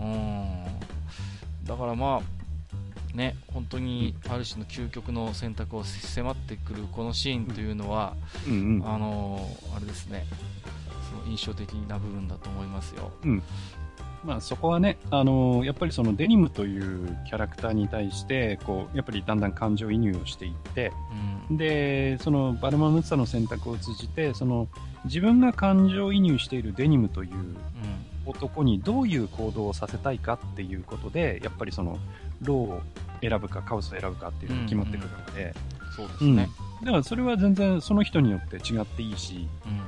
だからまあね、本当にある種の究極の選択を迫ってくるこのシーンというのは、あれですね、その印象的な部分だと思いますよ。 まあ、そこはね、やっぱりそのデニムというキャラクターに対してこうやっぱりだんだん感情移入をしていって、でそのバルマムッサの選択を通じてその自分が感情移入しているデニムという男にどういう行動をさせたいかっていうことでやっぱりそのローを選ぶかカオスを選ぶかっていうのが決まってくるので、 そうですね。 だからそれは全然その人によって違っていいし、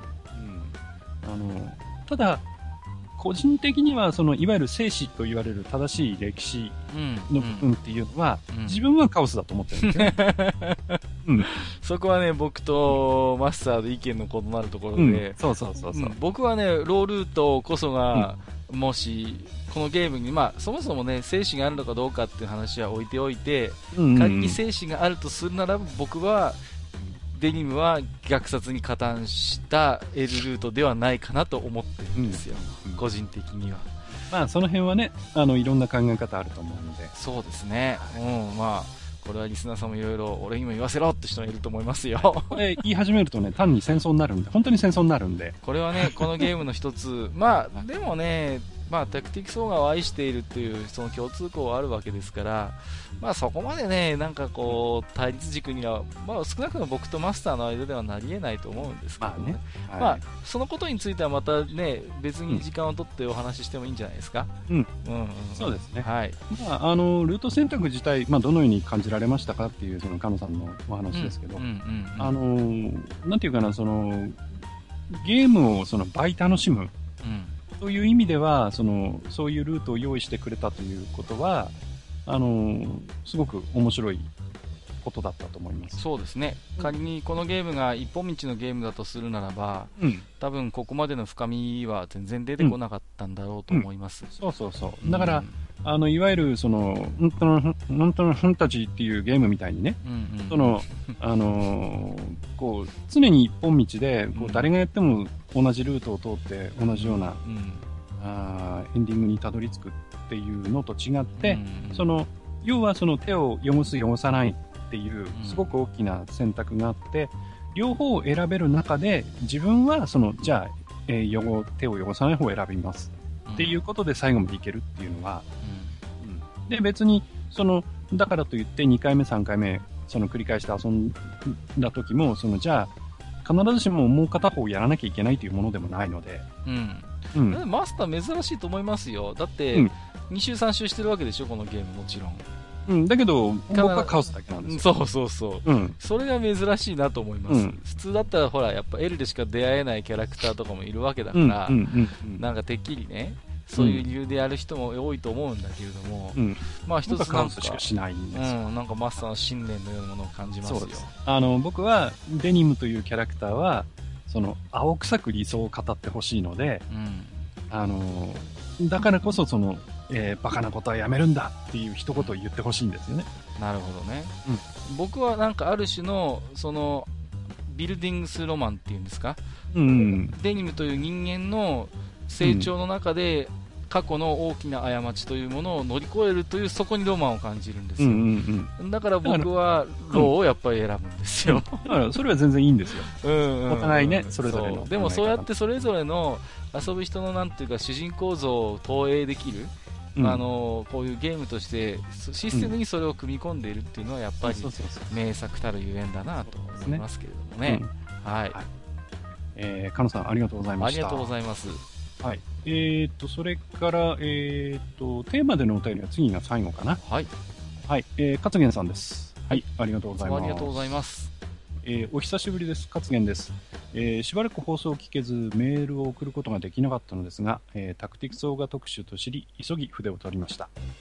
ただ個人的にはそのいわゆる生死と言われる正しい歴史の部分っていうのは、自分はカオスだと思ってるんですよ。 そこはね、僕とマスターで意見の異なるところで、僕はね、ロールートこそが、もしこのゲームに、そもそもね、生死があるのかどうかっていう話は置いておいて、仮に生死があるとするなら僕はデニムは虐殺に加担した L ルートではないかなと思ってるんですよ、個人的には。 まあその辺はね、いろんな考え方あると思うので。 そうですね。これはリスナーさんもいろいろ俺にも言わせろって人もいると思いますよ。 これ言い始めるとね、単に戦争になるんで、本当に戦争になるんで。 これはね、このゲームの一つ、でもね、テクティクスオーガを愛しているっていうその共通項はあるわけですから、そこまでね、なんかこう対立軸には、少なくとも僕とマスターの間ではなり得ないと思うんですけどね。そのことについてはまたね、別に時間を取ってお話ししてもいいんじゃないですか。 そうですね。 はい。 ルート選択自体、どのように感じられましたかっていうそのカノさんのお話ですけど、なんていうかな、そのゲームをその倍楽しむ。という意味ではそういうルートを用意してくれたということはすごく面白いことだったと思います。 そうですね。仮にこのゲームが一本道のゲームだとするならば、多分ここまでの深みは全然出てこなかったんだろうと思います。 だからいわゆるその本当のファンタジーっていうゲームみたいにね、こう常に一本道でこう誰がやっても同じルートを通って同じような、エンディングにたどり着くっていうのと違って、要はその手を汚す汚さないっていうすごく大きな選択があって、両方を選べる中で自分はじゃあ、手を汚さない方を選びますっていうことで最後までいけるっていうのは、で別にだからといって2回目3回目繰り返して遊んだ時もじゃあ必ずしももう片方やらなきゃいけないというものでもないので、 マスター珍しいと思いますよ。だって、2周3周してるわけでしょ、このゲームもちろん。 だけど僕はカオスだけなんですよ。 それが珍しいなと思います。普通だったらほらやっぱ L でしか出会えないキャラクターとかもいるわけだから、なんかてっきりね、そういう理由でやる人も多いと思うんだけれども、一つカオスしかしないんですよ。 なんかマスターの信念のようなものを感じますよ。そうです。 僕はデニムというキャラクターは青臭く理想を語ってほしいので、だからこそバカなことはやめるんだっていう一言を言ってほしいんですよね。 なるほどね。僕はなんかある種のビルディングスロマンっていうんですか、デニムという人間の成長の中で、過去の大きな過ちというものを乗り越えるという、そこにロマンを感じるんですよ。だから僕はローをやっぱり選ぶんですよ。 だからそれは全然いいんですよ。お互いね、それぞれの。 でもそうやってそれぞれの遊ぶ人のなんていうか主人公像を投影できる、こういうゲームとしてシステムにそれを組み込んでいるっていうのはやっぱり名作たるゆえんだなと思いますけれどもね。はい。 カノさんありがとうございました。 ありがとうございます。 はい。それから、テーマでのお便りは次が最後かな。 はい。 はい。勝元さんです。はい。ありがとうございます。 ありがとうございます。 お久しぶりです。勝元です。しばらく放送を聞けずメールを送ることができなかったのですが、タクティクスオーガ特集と知り急ぎ筆を取りました。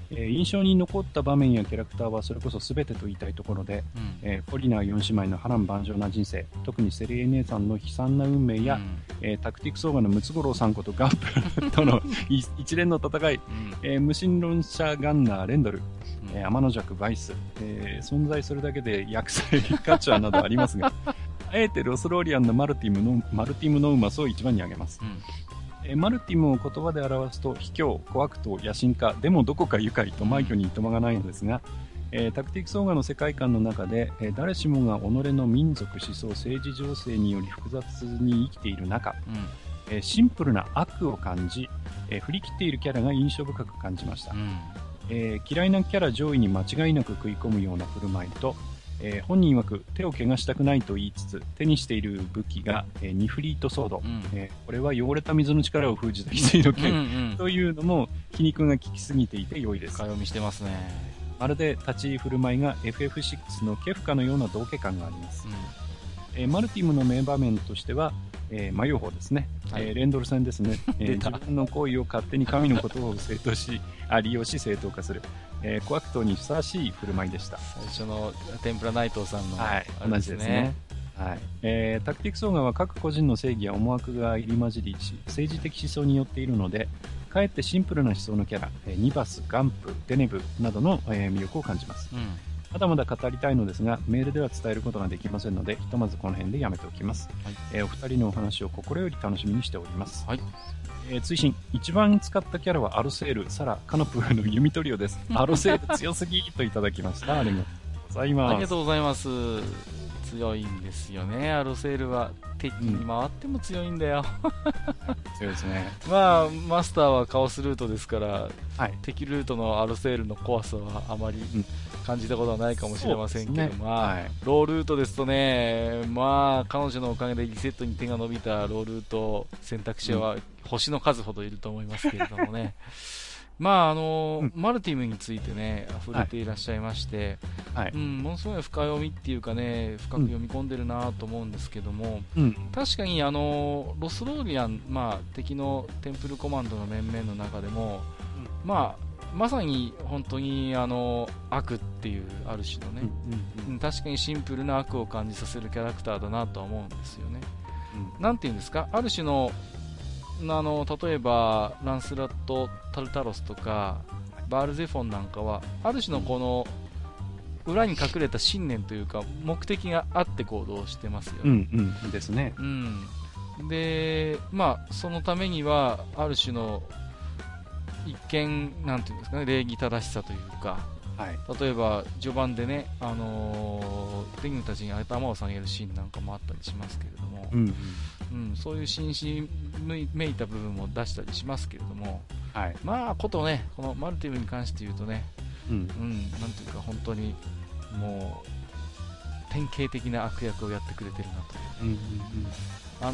印象に残った場面やキャラクターはそれこそ全てと言いたいところで、ポリナー4姉妹の波乱万丈な人生、特にセリエ姉さんの悲惨な運命や、タクティクソーガのムツゴロウさんことガンプとの一連の戦い、無神論者ガンナーレンドル、天の弱バイス、存在するだけで薬剤カチュアなどありますが、あえてロスローリアンのマルティムノウマスを一番に挙げます。マルティムを言葉で表すと卑怯、小悪党、野心家、でもどこか愉快と枚挙にいとまがないのですが、タクティクスオーガの世界観の中で、誰しもが己の民族、思想、政治情勢により複雑に生きている中、シンプルな悪を感じ、振り切っているキャラが印象深く感じました。嫌いなキャラ上位に間違いなく食い込むような振る舞いと、本人曰く手を怪我したくないと言いつつ手にしている武器が、ニフリートソード、これは汚れた水の力を封じた翡翠の剣、というのも皮肉が効きすぎていて良いです。 深読みしてますね。 まるで立ち居振る舞いが FF6 のケフカのような道化感があります。マルティムの名場面としては、迷う方ですね、レンドル戦ですね、自分の行為を勝手に神のことを利用し正当化する、小悪党にふさわしい振る舞いでした。 最初の天ぷら内藤さんの、 同じですね。タクティクスオーガは各個人の正義や思惑が入り混じりし、政治的思想によっているので、かえってシンプルな思想のキャラ、ニバス、ガンプ、デネブなどの、魅力を感じます。まだまだ語りたいのですが、メールでは伝えることができませんので、ひとまずこの辺でやめておきます。お二人のお話を心より楽しみにしております。追伸、一番使ったキャラはアルセール、サラ、カノプーの弓トリオです。アルセール強すぎといただきました。ありがとうございます。 ありがとうございます。強いんですよね、アルセールは。敵に回っても強いんだよ。 強いですね。 まあ、マスターはカオスルートですから、敵ルートのアルセールの怖さはあまり感じたことはないかもしれませんけど、ロールートですとね、まあ、彼女のおかげでリセットに手が伸びたロールート選択肢は星の数ほどいると思いますけれどもね。まあマルティムについてね触れていらっしゃいまして、ものすごい深読みっていうかね、深く読み込んでるなと思うんですけども、確かにロスローリアン、敵のテンプルコマンドの面々の中でも、まさに本当に悪っていうある種のね、確かにシンプルな悪を感じさせるキャラクターだなとは思うんですよね。なんていうんですか、ある種の例えばランスラット・タルタロスとかバールゼフォンなんかはある種のこの裏に隠れた信念というか目的があって行動してますよね。 ですね。 で、そのためにはある種の一見なんていうんですかね、礼儀正しさというか、例えば序盤でね、デニムたちに頭を下げるシーンなんかもあったりしますけれども、そういう真摯めいた部分も出したりしますけれども、ことね、このマルティムに関して言うとね、なんていうか本当にもう典型的な悪役をやってくれてるなという、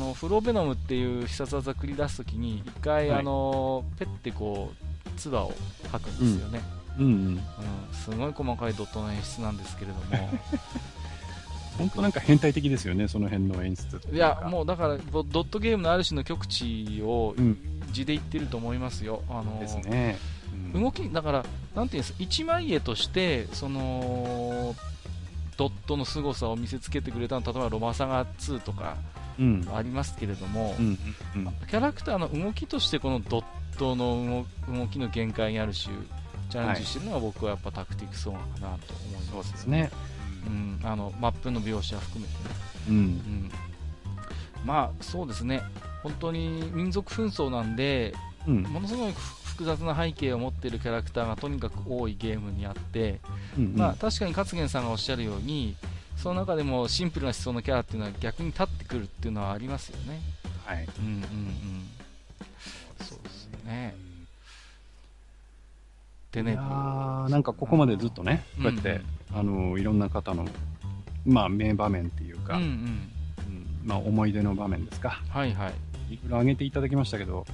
フローベノムっていう必殺技繰り出すときに一回、ペッてこう唾を吐くんですよね。すごい細かいドットの演出なんですけれども本当なんか変態的ですよね、その辺の演出。 いや、もうだからドットゲームのある種の極致を字で言ってると思いますよ。 ですね。 動きだからなんていうんです、一枚絵としてそのドットの凄さを見せつけてくれたのは、例えばロマサガ2とかありますけれども、キャラクターの動きとしてこのドットの動きの限界にある種チャレンジしてるのが僕はやっぱタクティクスオーガかなと思います。 そうですね。 マップの描写含めてね、そうですね、本当に民族紛争なんで、ものすごい複雑な背景を持っているキャラクターがとにかく多いゲームにあって、確かに勝元さんがおっしゃるようにその中でもシンプルな思想のキャラっていうのは逆に立ってくるっていうのはありますよね。そうですね。でね、 なんかここまでずっとね、こうやっていろんな方の名場面っていうか、思い出の場面ですか、いろいろ挙げていただきましたけど、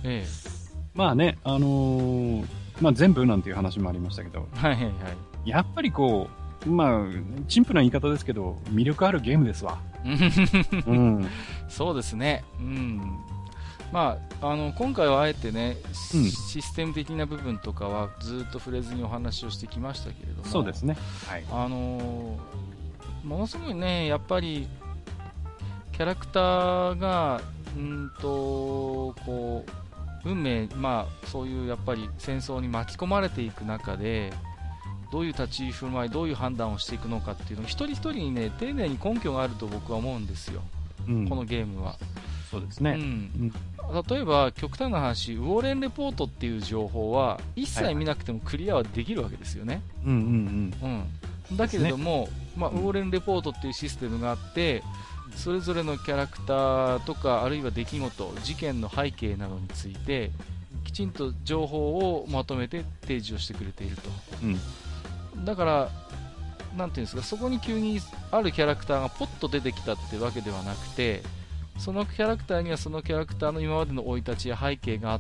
全部なんていう話もありましたけど、やっぱりこう、陳腐な言い方ですけど魅力あるゲームですわ。 そうですね。 まあ、今回はあえてね、システム的な部分とかはずっと触れずにお話をしてきましたけれども、 そうですね、はい、 ものすごいね、やっぱりキャラクターがこう運命、まあ、そういうやっぱり戦争に巻き込まれていく中でどういう立ち振る舞い、どういう判断をしていくのかっていうのを一人一人にね丁寧に根拠があると僕は思うんですよ、このゲームは。 そうですね、 例えば極端な話、ウォーレンレポートっていう情報は一切見なくてもクリアはできるわけですよね。だけれども、まあ、ウォーレンレポートっていうシステムがあって、それぞれのキャラクターとかあるいは出来事、事件の背景などについてきちんと情報をまとめて提示をしてくれていると、だからなんていうんですか、そこに急にあるキャラクターがポッと出てきたってわけではなくて、そのキャラクターにはそのキャラクターの今までの生い立ちや背景があって、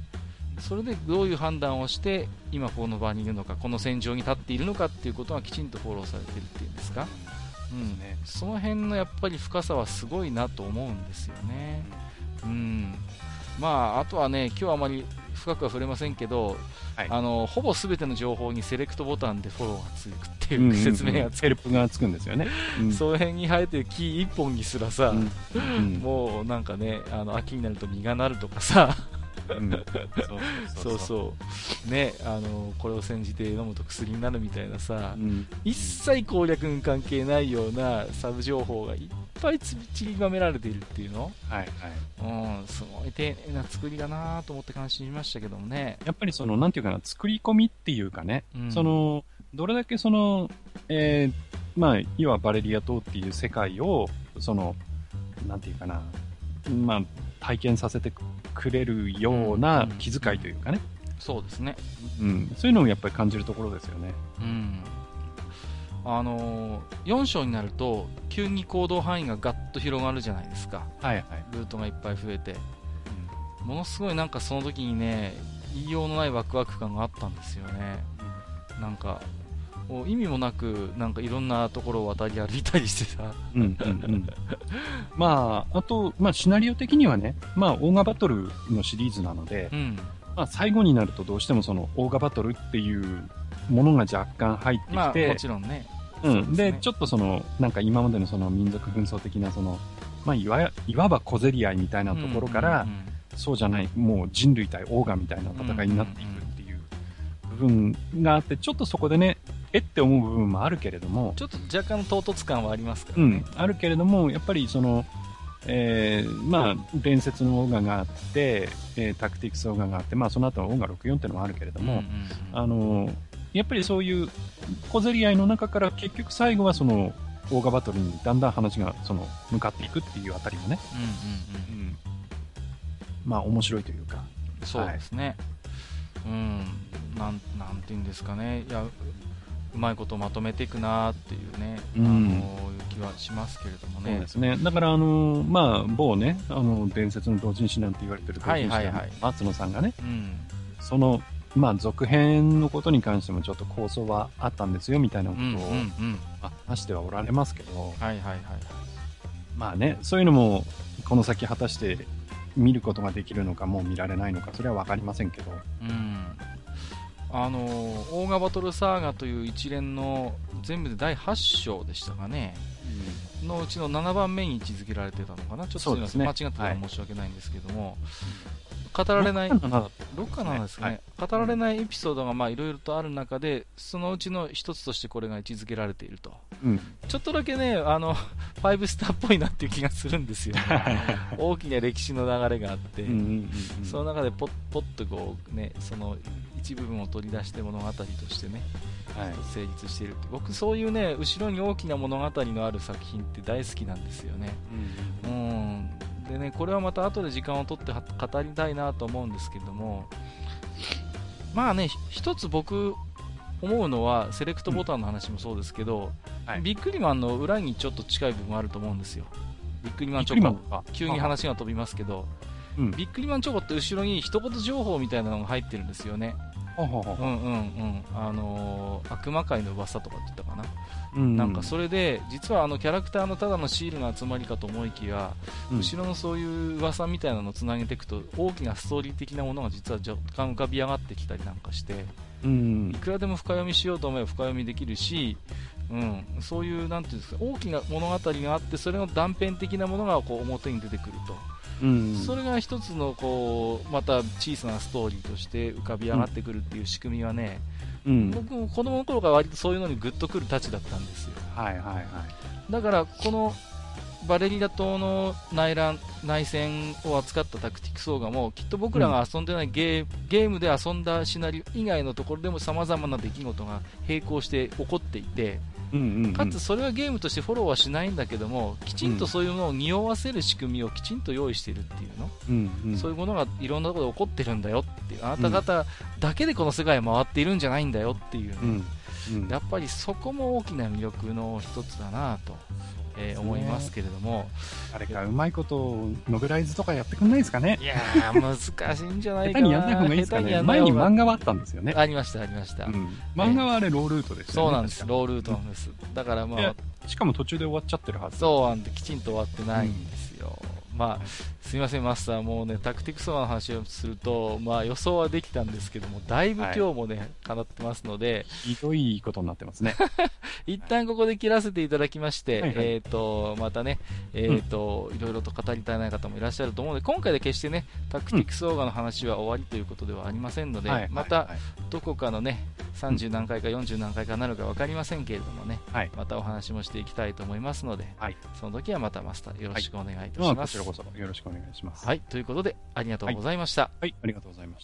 それでどういう判断をして今この場にいるのか、この戦場に立っているのかっていうことがきちんとフォローされているっていうんですか、その辺のやっぱり深さはすごいなと思うんですよね。まあ、あとはね、今日はあまり深くは触れませんけど、ほぼ全ての情報にセレクトボタンでフォローがつくっていう説明がつく、 ヘルプがつくんですよね、 その辺に生えてる木1本にすらさ、もうなんかね、秋になると実がなるとかさ、そうそうね、これを煎じて飲むと薬になるみたいなさ、一切攻略に関係ないようなサブ情報がいっぱい散りばめられているっていうの、すごい丁寧な作りだなと思って感心しましたけどもね。 やっぱりそのなんていうかな、作り込みっていうかね、そのどれだけその、まあいわバレリア島っていう世界をそのなんていうかな、まあ体験させてくれるような気遣いというかね、 そうですね、 そういうのをやっぱり感じるところですよね。 4章になると急に行動範囲がガッと広がるじゃないですか、ルートがいっぱい増えて、ものすごいなんかその時にね、言いようのないワクワク感があったんですよね。なんか意味もなくなんかいろんなところを渡り歩いたりしてさまああと、まあ、シナリオ的にはね、まあ、オーガバトルのシリーズなので、まあ、最後になるとどうしてもそのオーガバトルっていうものが若干入ってきて、 もちろんね、 でちょっとそのなんか今までのその民族紛争的なその、まあ、いわば小競り合いみたいなところから、そうじゃない、もう人類対オーガみたいな戦いになっていくっていう部分があって、ちょっとそこでねって思う部分もあるけれども、 ちょっと若干の唐突感はありますからね、 あるけれども、やっぱりその、まあ伝説のオーガがあって、タクティクスオーガがあって、まあその後のオーガ64っていうのもあるけれども、やっぱりそういう小競り合いの中から結局最後はそのオーガバトルにだんだん話がその向かっていくっていうあたりもね、まあ面白いというか、 そうですね、なんていうんですかね、いやうまいことまとめていくなっていうね、いう気はしますけれどもね。 そうですね。だからまあ某ね、伝説の同人誌なんて言われてる同人誌の松野さんがね、そのまあ続編のことに関してもちょっと構想はあったんですよみたいなことを話してはおられますけど、まあね、そういうのもこの先果たして見ることができるのか、もう見られないのか、それは分かりませんけど。 オーガバトルサーガという一連の全部で第8章でしたかね、のうちの7番目に位置づけられてたのかな、ちょっとすみません、間違ってたら申し訳ないんですけども、語られない6か7ですね、語られないエピソードがまあいろいろとある中で、そのうちの一つとしてこれが位置づけられていると、ちょっとだけね5スターっぽいなっていう気がするんですよ、大きな歴史の流れがあって、その中でポッとこうね、その一部分を取り出して物語としてね、成立しているって、僕そういうね後ろに大きな物語のある作品って大好きなんですよね。でね、これはまた後で時間を取って語りたいなと思うんですけども、まあね、一つ僕思うのはセレクトボタンの話もそうですけど、ビックリマンの裏にちょっと近い部分あると思うんですよ。ビックリマンチョコ、急に話が飛びますけど、ビックリマンチョコって後ろに一言情報みたいなのが入ってるんですよね。 悪魔界の噂とかって言ったかな、なんかそれで実はキャラクターのただのシールの集まりかと思いきや、後ろのそういう噂みたいなのをつなげていくと大きなストーリー的なものが実は若干浮かび上がってきたりなんかして、いくらでも深読みしようと思えば深読みできるし、そういうなんていうんですか、大きな物語があって、それの断片的なものがこう表に出てくると、それが一つのこうまた小さなストーリーとして浮かび上がってくるっていう仕組みはね、僕も子供の頃から割とそういうのにグッとくるたちだったんですよ。だからこのバレリラ島の内戦を扱ったタクティクスオーガもきっと僕らが遊んでないゲームで遊んだシナリオ以外のところでも様々な出来事が並行して起こっていて、かつそれはゲームとしてフォローはしないんだけども、きちんとそういうものを匂わせる仕組みをきちんと用意しているっていうの、そういうものがいろんなところで起こってるんだよっていう、あなた方だけでこの世界は回っているんじゃないんだよっていうね、やっぱりそこも大きな魅力の一つだなと、思いますけれども、 誰かうまいことノベライズとかやってくんないですかね。 いやー難しいんじゃないかな。 下手にやんない方がいいですかね。前に漫画はあったんですよね。 ありました。 漫画はあれロールートですよね。 そうなんです、ロールートなんです。だからまあしかも途中で終わっちゃってるはず。 そうなんで、きちんと終わってないんですよ。まあ、すみませんマスター、もうねタクティクスの話をすると、まあ、予想はできたんですけども、だいぶ今日もね、語ってますので、 ひどいことになってますね。 一旦ここで切らせていただきまして、またね、いろいろと語り足りない方もいらっしゃると思うので、今回で決してねタクティクスオーガの話は終わりということではありませんので、またどこかのね30何回か40何回かなるか分かりませんけれどもね、またお話もしていきたいと思いますので、その時はまたマスターよろしくお願いいたします。 こちらこそよろしくお願いします。 はい、ということでありがとうございました。 はい、ありがとうございました。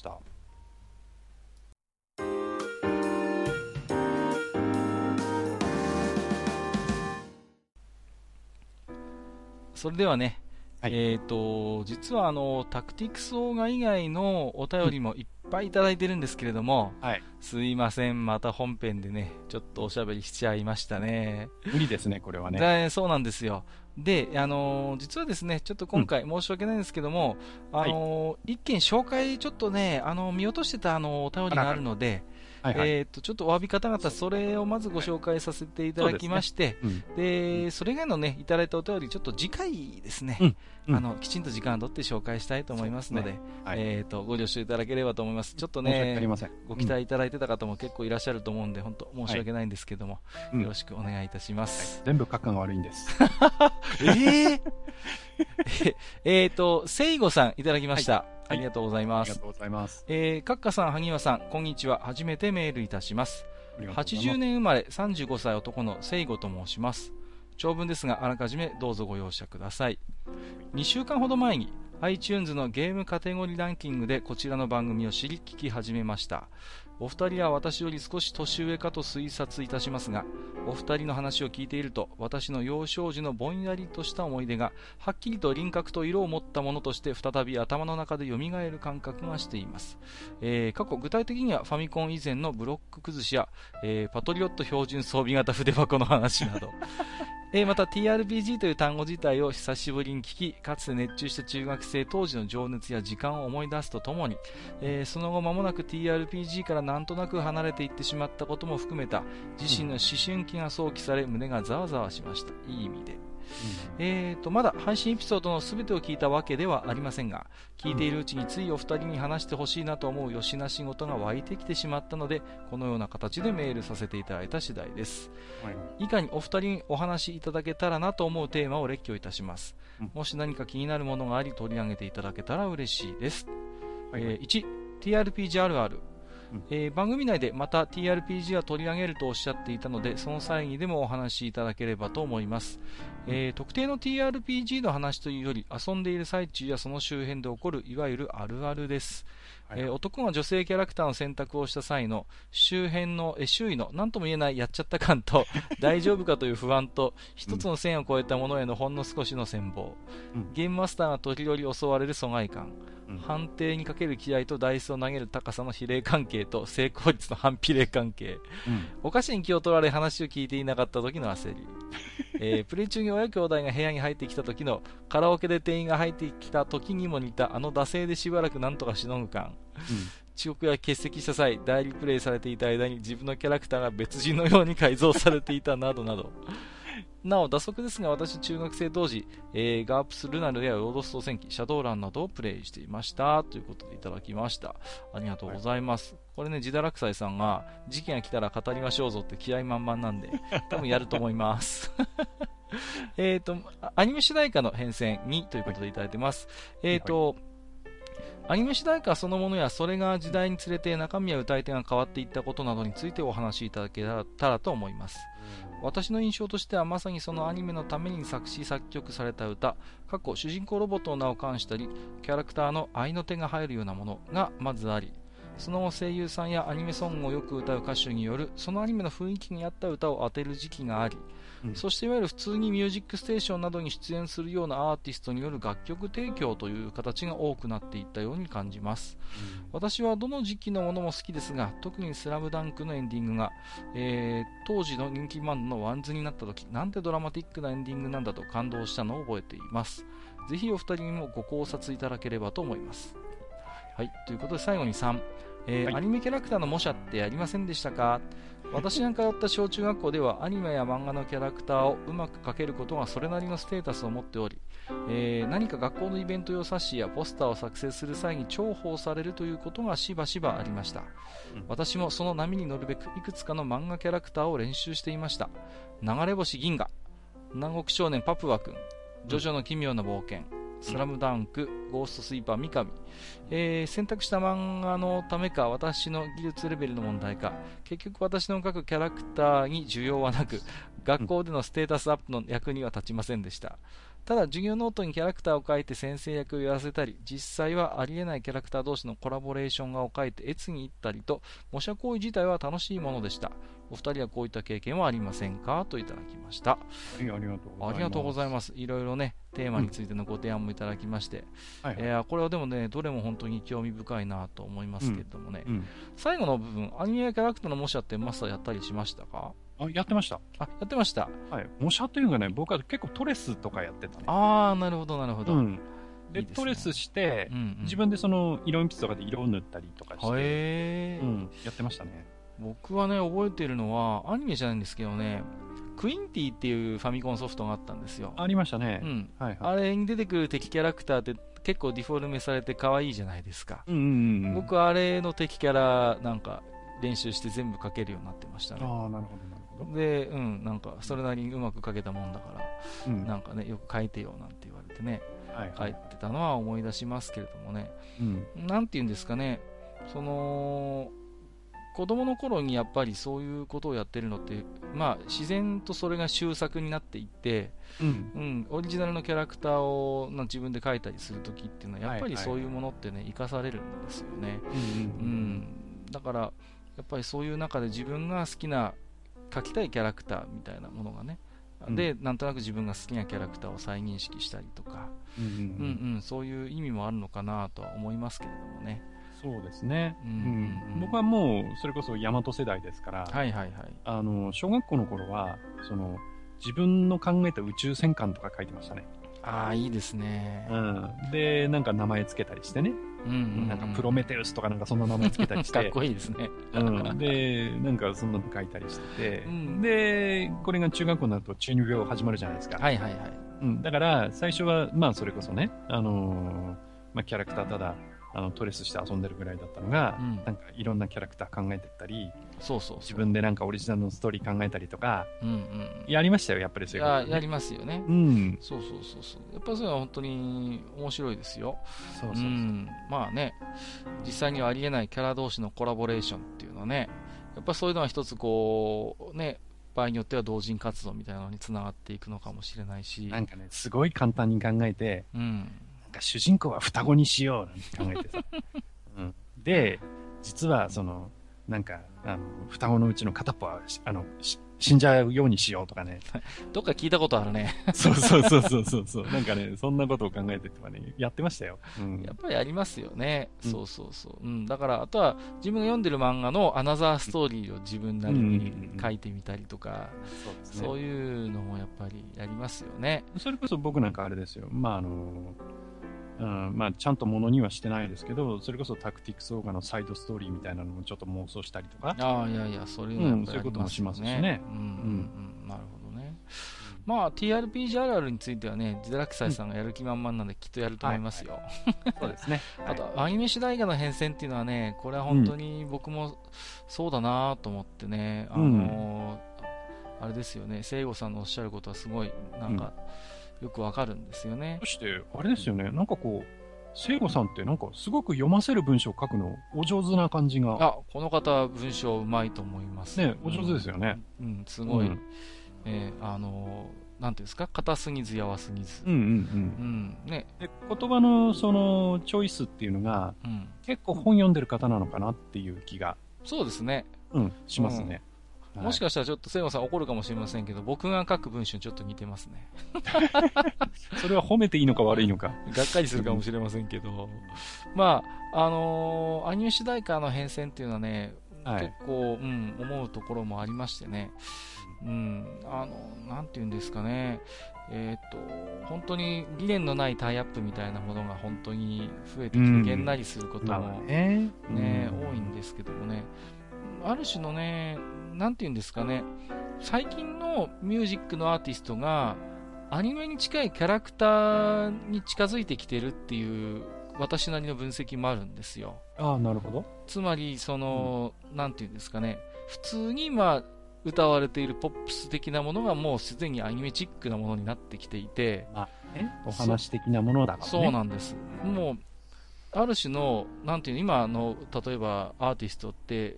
それではね、実はタクティクスオーガ以外のお便りもいっぱいいただいてるんですけれども、すいません、また本編でねちょっとおしゃべりしちゃいましたね。 無理ですね、これはね。 そうなんですよ。で、実はですね、ちょっちょっと今回申し訳ないんですけども、一件紹介ちょっとね、見落としてたお便りがあるので、ちょっとお詫び方々、それをまずご紹介させていただきまして、それ以外のね、いただいたお便り、ちょっと次回ですね、きちんと時間を取って紹介したいと思いますので、ご了承いただければと思います。ちょっとね、ご期待いただいてた方も結構いらっしゃると思うんで、本当申し訳ないんですけども、よろしくお願いいたします。 全部書くのが悪いんです。 せいごさんいただきました。ありがとうございます。 ありがとうございます。 カッカさん、萩和さん、こんにちは。初めてメールいたします。80年生まれ、35歳男のせいごと申します。長文ですが、あらかじめどうぞご容赦ください。2週間ほど前に、iTunes のゲームカテゴリーランキングでこちらの番組を知り聞き始めました。お二人は私より少し年上かと推察いたしますが、お二人の話を聞いていると、私の幼少時のぼんやりとした思い出がはっきりと輪郭と色を持ったものとして再び頭の中で蘇る感覚がしています。過去具体的にはファミコン以前のブロック崩しや、パトリオット標準装備型筆箱の話などまた TRPG という単語自体を久しぶりに聞き、かつて熱中した中学生当時の情熱や時間を思い出すとともに、その後間もなく TRPG からなんとなく離れていってしまったことも含めた自身の思春期が想起され、胸がざわざわしました。いい意味で。まだ配信エピソードの全てを聞いたわけではありませんが、聞いているうちについお二人に話してほしいなと思うよしな仕事が湧いてきてしまったので、このような形でメールさせていただいた次第です。以下にお二人にお話しいただけたらなと思うテーマを列挙いたします。もし何か気になるものがあり取り上げていただけたら嬉しいです。1、TRPG あるある。番組内でまた TRPG は取り上げるとおっしゃっていたので、その際にでもお話しいただければと思います。特定の TRPG の話というより、遊んでいる最中やその周辺で起こるいわゆるあるあるです。男が女性キャラクターの選択をした際の周囲の何とも言えないやっちゃった感と大丈夫かという不安と一つの線を越えたものへのほんの少しの羨望、ゲームマスターが時折襲われる疎外感、判定にかける気合とダイスを投げる高さの比例関係と成功率の反比例関係、お菓子に気を取られ話を聞いていなかった時の焦り、プレイ中に親兄弟が部屋に入ってきた時のカラオケで店員が入ってきた時にも似たあの惰性でしばらくなんとかしのぐ感、 遅刻や欠席した際、代理プレイされていた間に自分のキャラクターが別人のように改造されていたなどなど。なお、打足ですが、私、中学生当時、ガープス、ルナルやロードスト戦記、シャドーランなどをプレイしていました。ということでいただきました。ありがとうございます。はい、これね、ジダラクサイさんが、時期が来たら語りましょうぞって気合満々なんで、多分やると思います。アニメ主題歌の変遷にということでいただいてます。アニメ主題歌そのものや、それが時代につれて中身や歌い手が変わっていったことなどについてお話しいただけたらと思います。私の印象としては、まさにそのアニメのために作詞作曲された歌、主人公ロボットの名を冠したり、キャラクターの愛の手が入るようなものがまずあり、その後声優さんやアニメソングをよく歌う歌手によるそのアニメの雰囲気に合った歌を当てる時期があり、そしていわゆる普通にミュージックステーションなどに出演するようなアーティストによる楽曲提供という形が多くなっていったように感じます。私はどの時期のものも好きですが、特にスラムダンクのエンディングが、当時の人気バンドのワンズになった時、なんてドラマティックなエンディングなんだと感動したのを覚えています。ぜひお二人にもご考察いただければと思います。はい、ということで最後に3、はい、アニメキャラクターの模写ってありませんでしたか？私が通った小中学校ではアニメや漫画のキャラクターをうまく描けることがそれなりのステータスを持っており、何か学校のイベント用冊子やポスターを作成する際に重宝されるということがしばしばありました。私もその波に乗るべくいくつかの漫画キャラクターを練習していました。流れ星銀河、南国少年パプワ君、ジョジョの奇妙な冒険、スラムダンク、ゴーストスイーパー三上、選択した漫画のためか私の技術レベルの問題か、結局私の描くキャラクターに需要はなく、学校でのステータスアップの役には立ちませんでした。ただ授業ノートにキャラクターを書いて先生役をやらせたり、実際はありえないキャラクター同士のコラボレーション画を描いて閲に行ったりと、模写行為自体は楽しいものでした。お二人はこういった経験はありませんか？といただきました。 ありがとうございます。 いろいろね、テーマについてのご提案もいただきまして、これはでもね、どれも本当に興味深いなと思いますけれどもね、最後の部分、アニメキャラクターの模写ってマスターやったりしましたか？ やってました。 やってました。 はい。模写というかね、僕は結構トレスとかやってたね。 なるほど、なるほど。 で、トレスして、自分でその色鉛筆とかで色を塗ったりとかして、やってましたね。 僕はね、覚えてるのは、アニメじゃないんですけどね、クインティっていうファミコンソフトがあったんですよ。 ありましたね。 あれに出てくる敵キャラクターって結構ディフォルメされて可愛いじゃないですか。僕、あれの敵キャラなんか練習して全部描けるようになってましたね。 なるほど、なるほど。 で、なんかそれなりにうまく描けたもんだから、なんかね、よく描いてよなんて言われてね、描いてたのは思い出しますけれどもね。なんて言うんですかね、その、子供の頃にやっぱりそういうことをやってるのって、自然とそれが習作になっていって、オリジナルのキャラクターを自分で描いたりするときっていうのは、やっぱりそういうものってね、生かされるんですよね。だから、やっぱりそういう中で自分が好きな描きたいキャラクターみたいなものがね、で、なんとなく自分が好きなキャラクターを再認識したりとか、そういう意味もあるのかなとは思いますけれどもね。 そうですね。僕はもう、それこそ大和世代ですから、小学校の頃は、自分の考えた宇宙戦艦とか書いてましたね。 いいですね。 で、なんか名前つけたりしてね。なんかプロメテウスとかなんかそんな名前つけたりして。 かっこいいですね。 で、なんかそんなの書いたりしてて。で、これが中学校になると中二病始まるじゃないですか。だから、最初は、それこそね、キャラクターただ、トレスして遊んでるぐらいだったのが、なんかいろんなキャラクター考えてったり、自分でなんかオリジナルのストーリー考えたりとか、やりましたよ、やっぱりそういうこと、 やりますよね。そう。やっぱりそれは本当に面白いですよ。まあね、実際にはありえないキャラ同士のコラボレーションっていうのはね、やっぱそういうのは一つこう、ね、場合によっては同人活動みたいなのにつながっていくのかもしれないし。 なんかね、すごい簡単に考えて、主人公は双子にしようなんて考えてさ。で、実はなんか、双子のうちの片っぽは、死んじゃうようにしようとかね。 どっか聞いたことあるね。 そう。なんかね、そんなことを考えてとかね、やってましたよ。 やっぱりありますよね。そう。だから、あとは、自分が読んでる漫画のアナザーストーリーを自分なりに書いてみたりとか、そういうのもやっぱりやりますよね。 それこそ僕なんかあれですよ。 まあ、ちゃんとものにはしてないですけど、それこそタクティクスオーガのサイドストーリーみたいなのもちょっと妄想したりとか。 いやいや、そういうのやっぱりありますよね。 そういうこともしますしね。 なるほどね。まあ、TRPG あるあるについてはね、ジダラクサイさんがやる気満々なんできっとやると思いますよ。 そうですね。 あと、アニメ主題歌の変遷っていうのはね、これは本当に僕もそうだなと思ってね、あれですよね、聖子さんのおっしゃることはすごい、なんか、よくわかるんですよね。 そして、あれですよね、なんかこう、聖子さんってなんかすごく読ませる文章を書くのお上手な感じが。 この方は文章うまいと思います。 ね、お上手ですよね。 すごい、なんていうんですか、硬すぎず、やわすぎず。 ね。で、言葉のそのチョイスっていうのが、結構本読んでる方なのかなっていう気が。 そうですね。 しますね。 もしかしたらちょっと聖子さん怒るかもしれませんけど、僕が書く文章にちょっと似てますね。 それは褒めていいのか悪いのか。 がっかりするかもしれませんけど、まあ、アニメ主題歌の変遷っていうのはね、結構、思うところもありましてね。なんていうんですかね。本当に理念のないタイアップみたいなものが本当に増えてきて、げんなりすることもね、多いんですけどもね。ある種のね、なんていうんですかね、最近のミュージックのアーティストがアニメに近いキャラクターに近づいてきてるっていう私なりの分析もあるんですよ。 なるほど。 つまりなんていうんですかね、普通に歌われているポップス的なものがもうすでにアニメチックなものになってきていて、 お話的なものだからね。 そうなんです。もうある種の、なんていうの、今の、例えばアーティストって、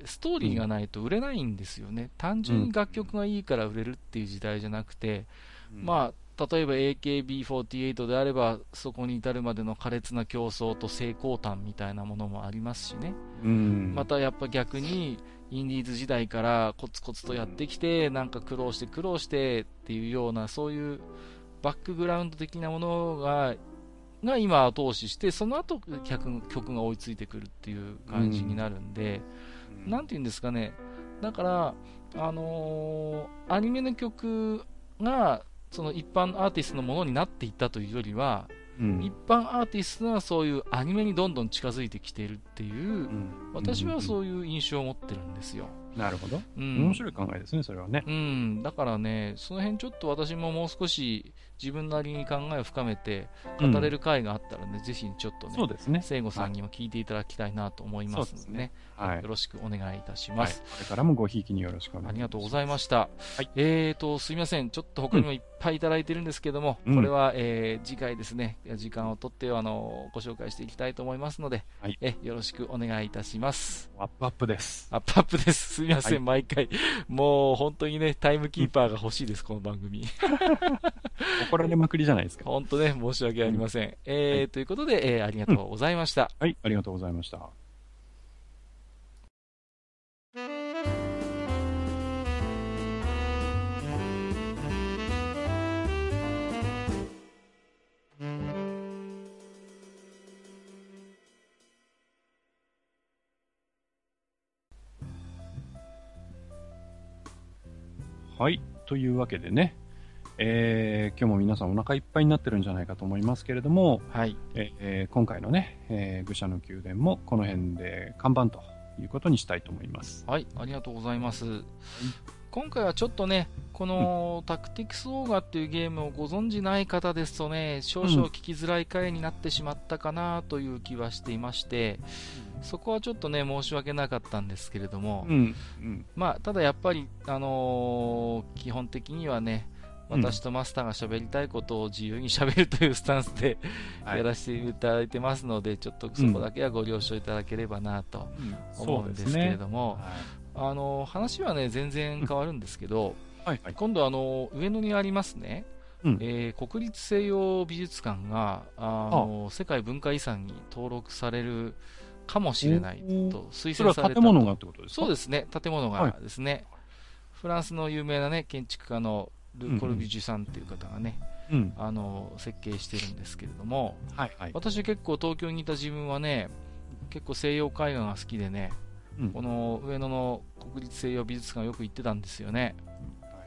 ストーリーがないと売れないんですよね。単純に楽曲がいいから売れるっていう時代じゃなくて、まあ、例えば AKB48 であれば、そこに至るまでの苛烈な競争と成功譚みたいなものもありますしね。またやっぱ逆に、インディーズ時代からコツコツとやってきて、なんか苦労してっていうような、そういうバックグラウンド的なものが今後押しして、その後曲が追いついてくるっていう感じになるんで、なんていうんですかね、だから、アニメの曲がその一般アーティストのものになっていったというよりは、一般アーティストがそういうアニメにどんどん近づいてきているっていう、私はそういう印象を持ってるんですよ。 なるほど。面白い考えですね、それはね。 だからね、その辺ちょっと私ももう少し自分なりに考えを深めて語れる回があったらね、ぜひちょっとね、 そうですね。 聖子さんにも聞いていただきたいなと思いますのでね、よろしくお願いいたします。 これからもごひいきによろしくお願いします。 ありがとうございました。すいません、ちょっと他にもいっぱいいただいてるんですけども、これは、次回ですね、時間をとってご紹介していきたいと思いますので、よろしくお願いいたします。 アップアップです。 アップアップです。すみません、毎回。もう本当にね、タイムキーパーが欲しいです、この番組。 怒られまくりじゃないですか。 本当ね、申し訳ありません。ということで、ありがとうございました。 はい、ありがとうございました。はい。というわけでね、今日も皆さんお腹いっぱいになってるんじゃないかと思いますけれども、今回のね、愚者の宮殿もこの辺で看板ということにしたいと思います。 はい、ありがとうございます。今回はちょっとね、このタクティクスオーガっていうゲームをご存じない方ですとね、少々聞きづらい回になってしまったかなという気はしていまして、そこはちょっとね、申し訳なかったんですけれども、まあ、ただやっぱり、基本的にはね、私とマスターが喋りたいことを自由に喋るというスタンスでやらせていただいてますので、ちょっとそこだけはご了承いただければなと思うんですけれども、話はね、全然変わるんですけど、今度上野にありますね、国立西洋美術館が世界文化遺産に登録されるかもしれないと推薦されたと。それは建物がってことですか？ そうですね、建物がですね、フランスの有名なね、建築家のル・コルビュジュさんっていう方がね、設計してるんですけれども、私結構東京にいた自分はね、結構西洋絵画が好きでね、この上野の国立西洋美術館よく行ってたんですよね。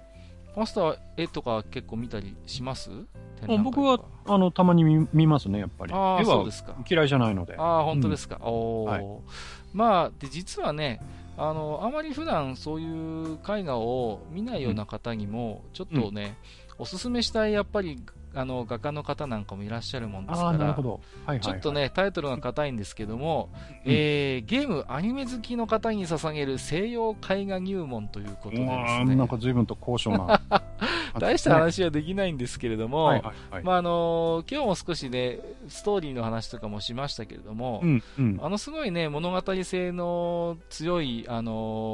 マスター絵とか結構見たりします？ 僕はたまに見ますね、やっぱり。絵は嫌いじゃないので。 本当ですか。まあで実はね、あまり普段そういう絵画を見ないような方にもちょっとね、おすすめしたいやっぱり画家の方なんかもいらっしゃるもんですから、ちょっとねタイトルが硬いんですけども、ゲームアニメ好きの方に捧げる西洋絵画入門ということでですね、 なんか随分と高尚な大した話はできないんですけれども、まあ今日も少しねストーリーの話とかもしましたけれども、すごいね物語性の強い絵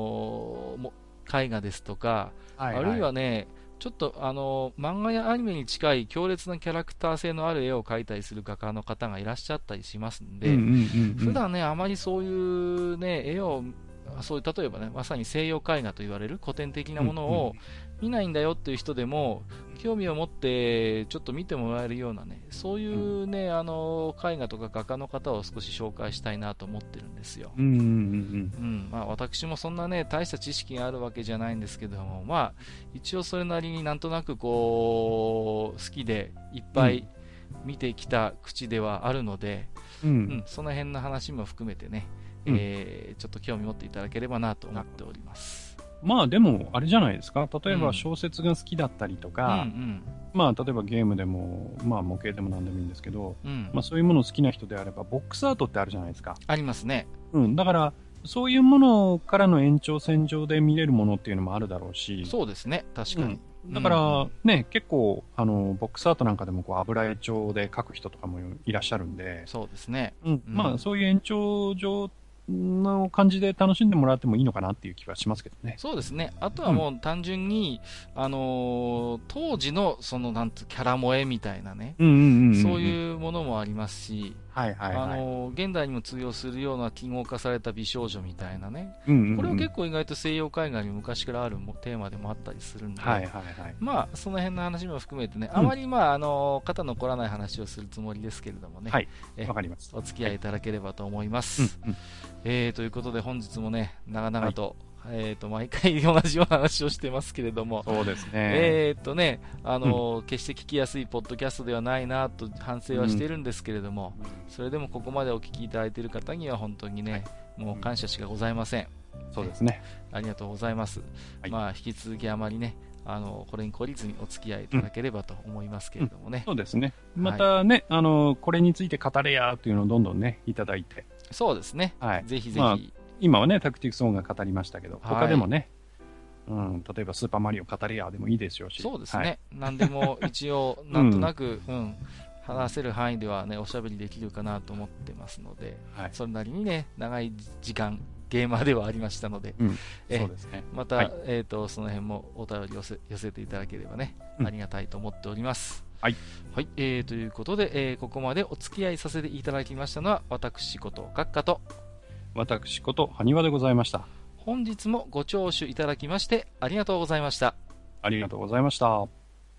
画ですとか、あるいはねちょっと漫画やアニメに近い強烈なキャラクター性のある絵を描いたりする画家の方がいらっしゃったりしますんで、普段ねあまりそういうね絵をそういう例えばねまさに西洋絵画と言われる古典的なものを見ないんだよっていう人でも興味を持ってちょっと見てもらえるようなねそういうね絵画とか画家の方を少し紹介したいなと思ってるんですよ。まあ私もそんなね大した知識があるわけじゃないんですけども、まあ一応それなりになんとなくこう好きでいっぱい見てきた口ではあるので、その辺の話も含めてね、ちょっと興味持っていただければなと思っております。 まあでもあれじゃないですか、例えば小説が好きだったりとか、まあ例えばゲームでも、まあ模型でも何でもいいんですけど、まあそういうもの好きな人であればボックスアートってあるじゃないですか。 ありますね。 だからそういうものからの延長線上で見れるものっていうのもあるだろうし。 そうですね、確かに。 だからね、結構ボックスアートなんかでもこう油絵帳で描く人とかもいらっしゃるんで。 そうですね。 まあそういう延長上の感じで楽しんでもらってもいいのかなっていう気はしますけどね。 そうですね。あとはもう単純に、当時のそのなんてキャラ萌えみたいなね、そういうものもありますし、現代にも通用するような記号化された美少女みたいなね、これは結構意外と西洋絵画に昔からあるテーマでもあったりするんで、まあその辺の話も含めてね、あまりまあ肩残らない話をするつもりですけれどもね、 わかります。 お付き合いいただければと思います。ということで本日もね長々と、毎回同じような話をしてますけれども、 そうですね。 決して聞きやすいポッドキャストではないなと反省はしているんですけれども、それでもここまでお聞きいただいている方には本当にね、もう感謝しかございません。 そうですね。 ありがとうございます。まあ引き続きあまりね、これに懲りずにお付き合いいただければと思いますけれどもね。 そうですね。またね、これについて語れやというのをどんどんねいただいて。 そうですね。ぜひぜひ。 今はね、タクティクスオンが語りましたけど、他でもね、例えばスーパーマリオ語れやでもいいでしょうし。 そうですね。何でも一応、なんとなく、話せる範囲ではね、おしゃべりできるかなと思ってますので、それなりにね、長い時間、ゲーマーではありましたので、 そうですね。 また、その辺もお便り寄せていただければね、ありがたいと思っております。ということで、ここまでお付き合いさせていただきましたのは、私こと閣下と、 私こと埴輪でございました。 本日もご聴取いただきましてありがとうございました。 ありがとうございました。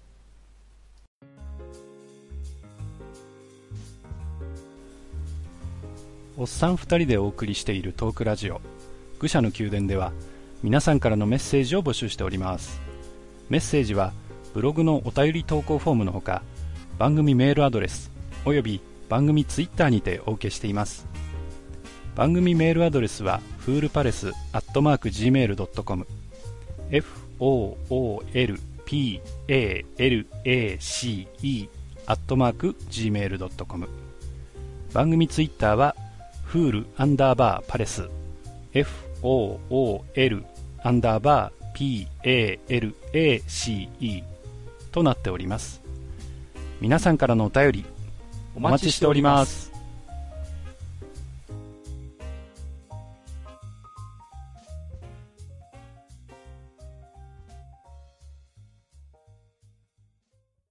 おっさん2人でお送りしているトークラジオ愚者の宮殿では皆さんからのメッセージを募集しております。メッセージはブログのお便り投稿フォームのほか、番組メールアドレスおよび番組ツイッターにてお受けしています。番組メールアドレスはフールパレス@gmail.com foolpalace@gmail.com 番組ツイッターはフール_パレス FOOL_PALACE となっております。皆さんからのお便りお待ちしております。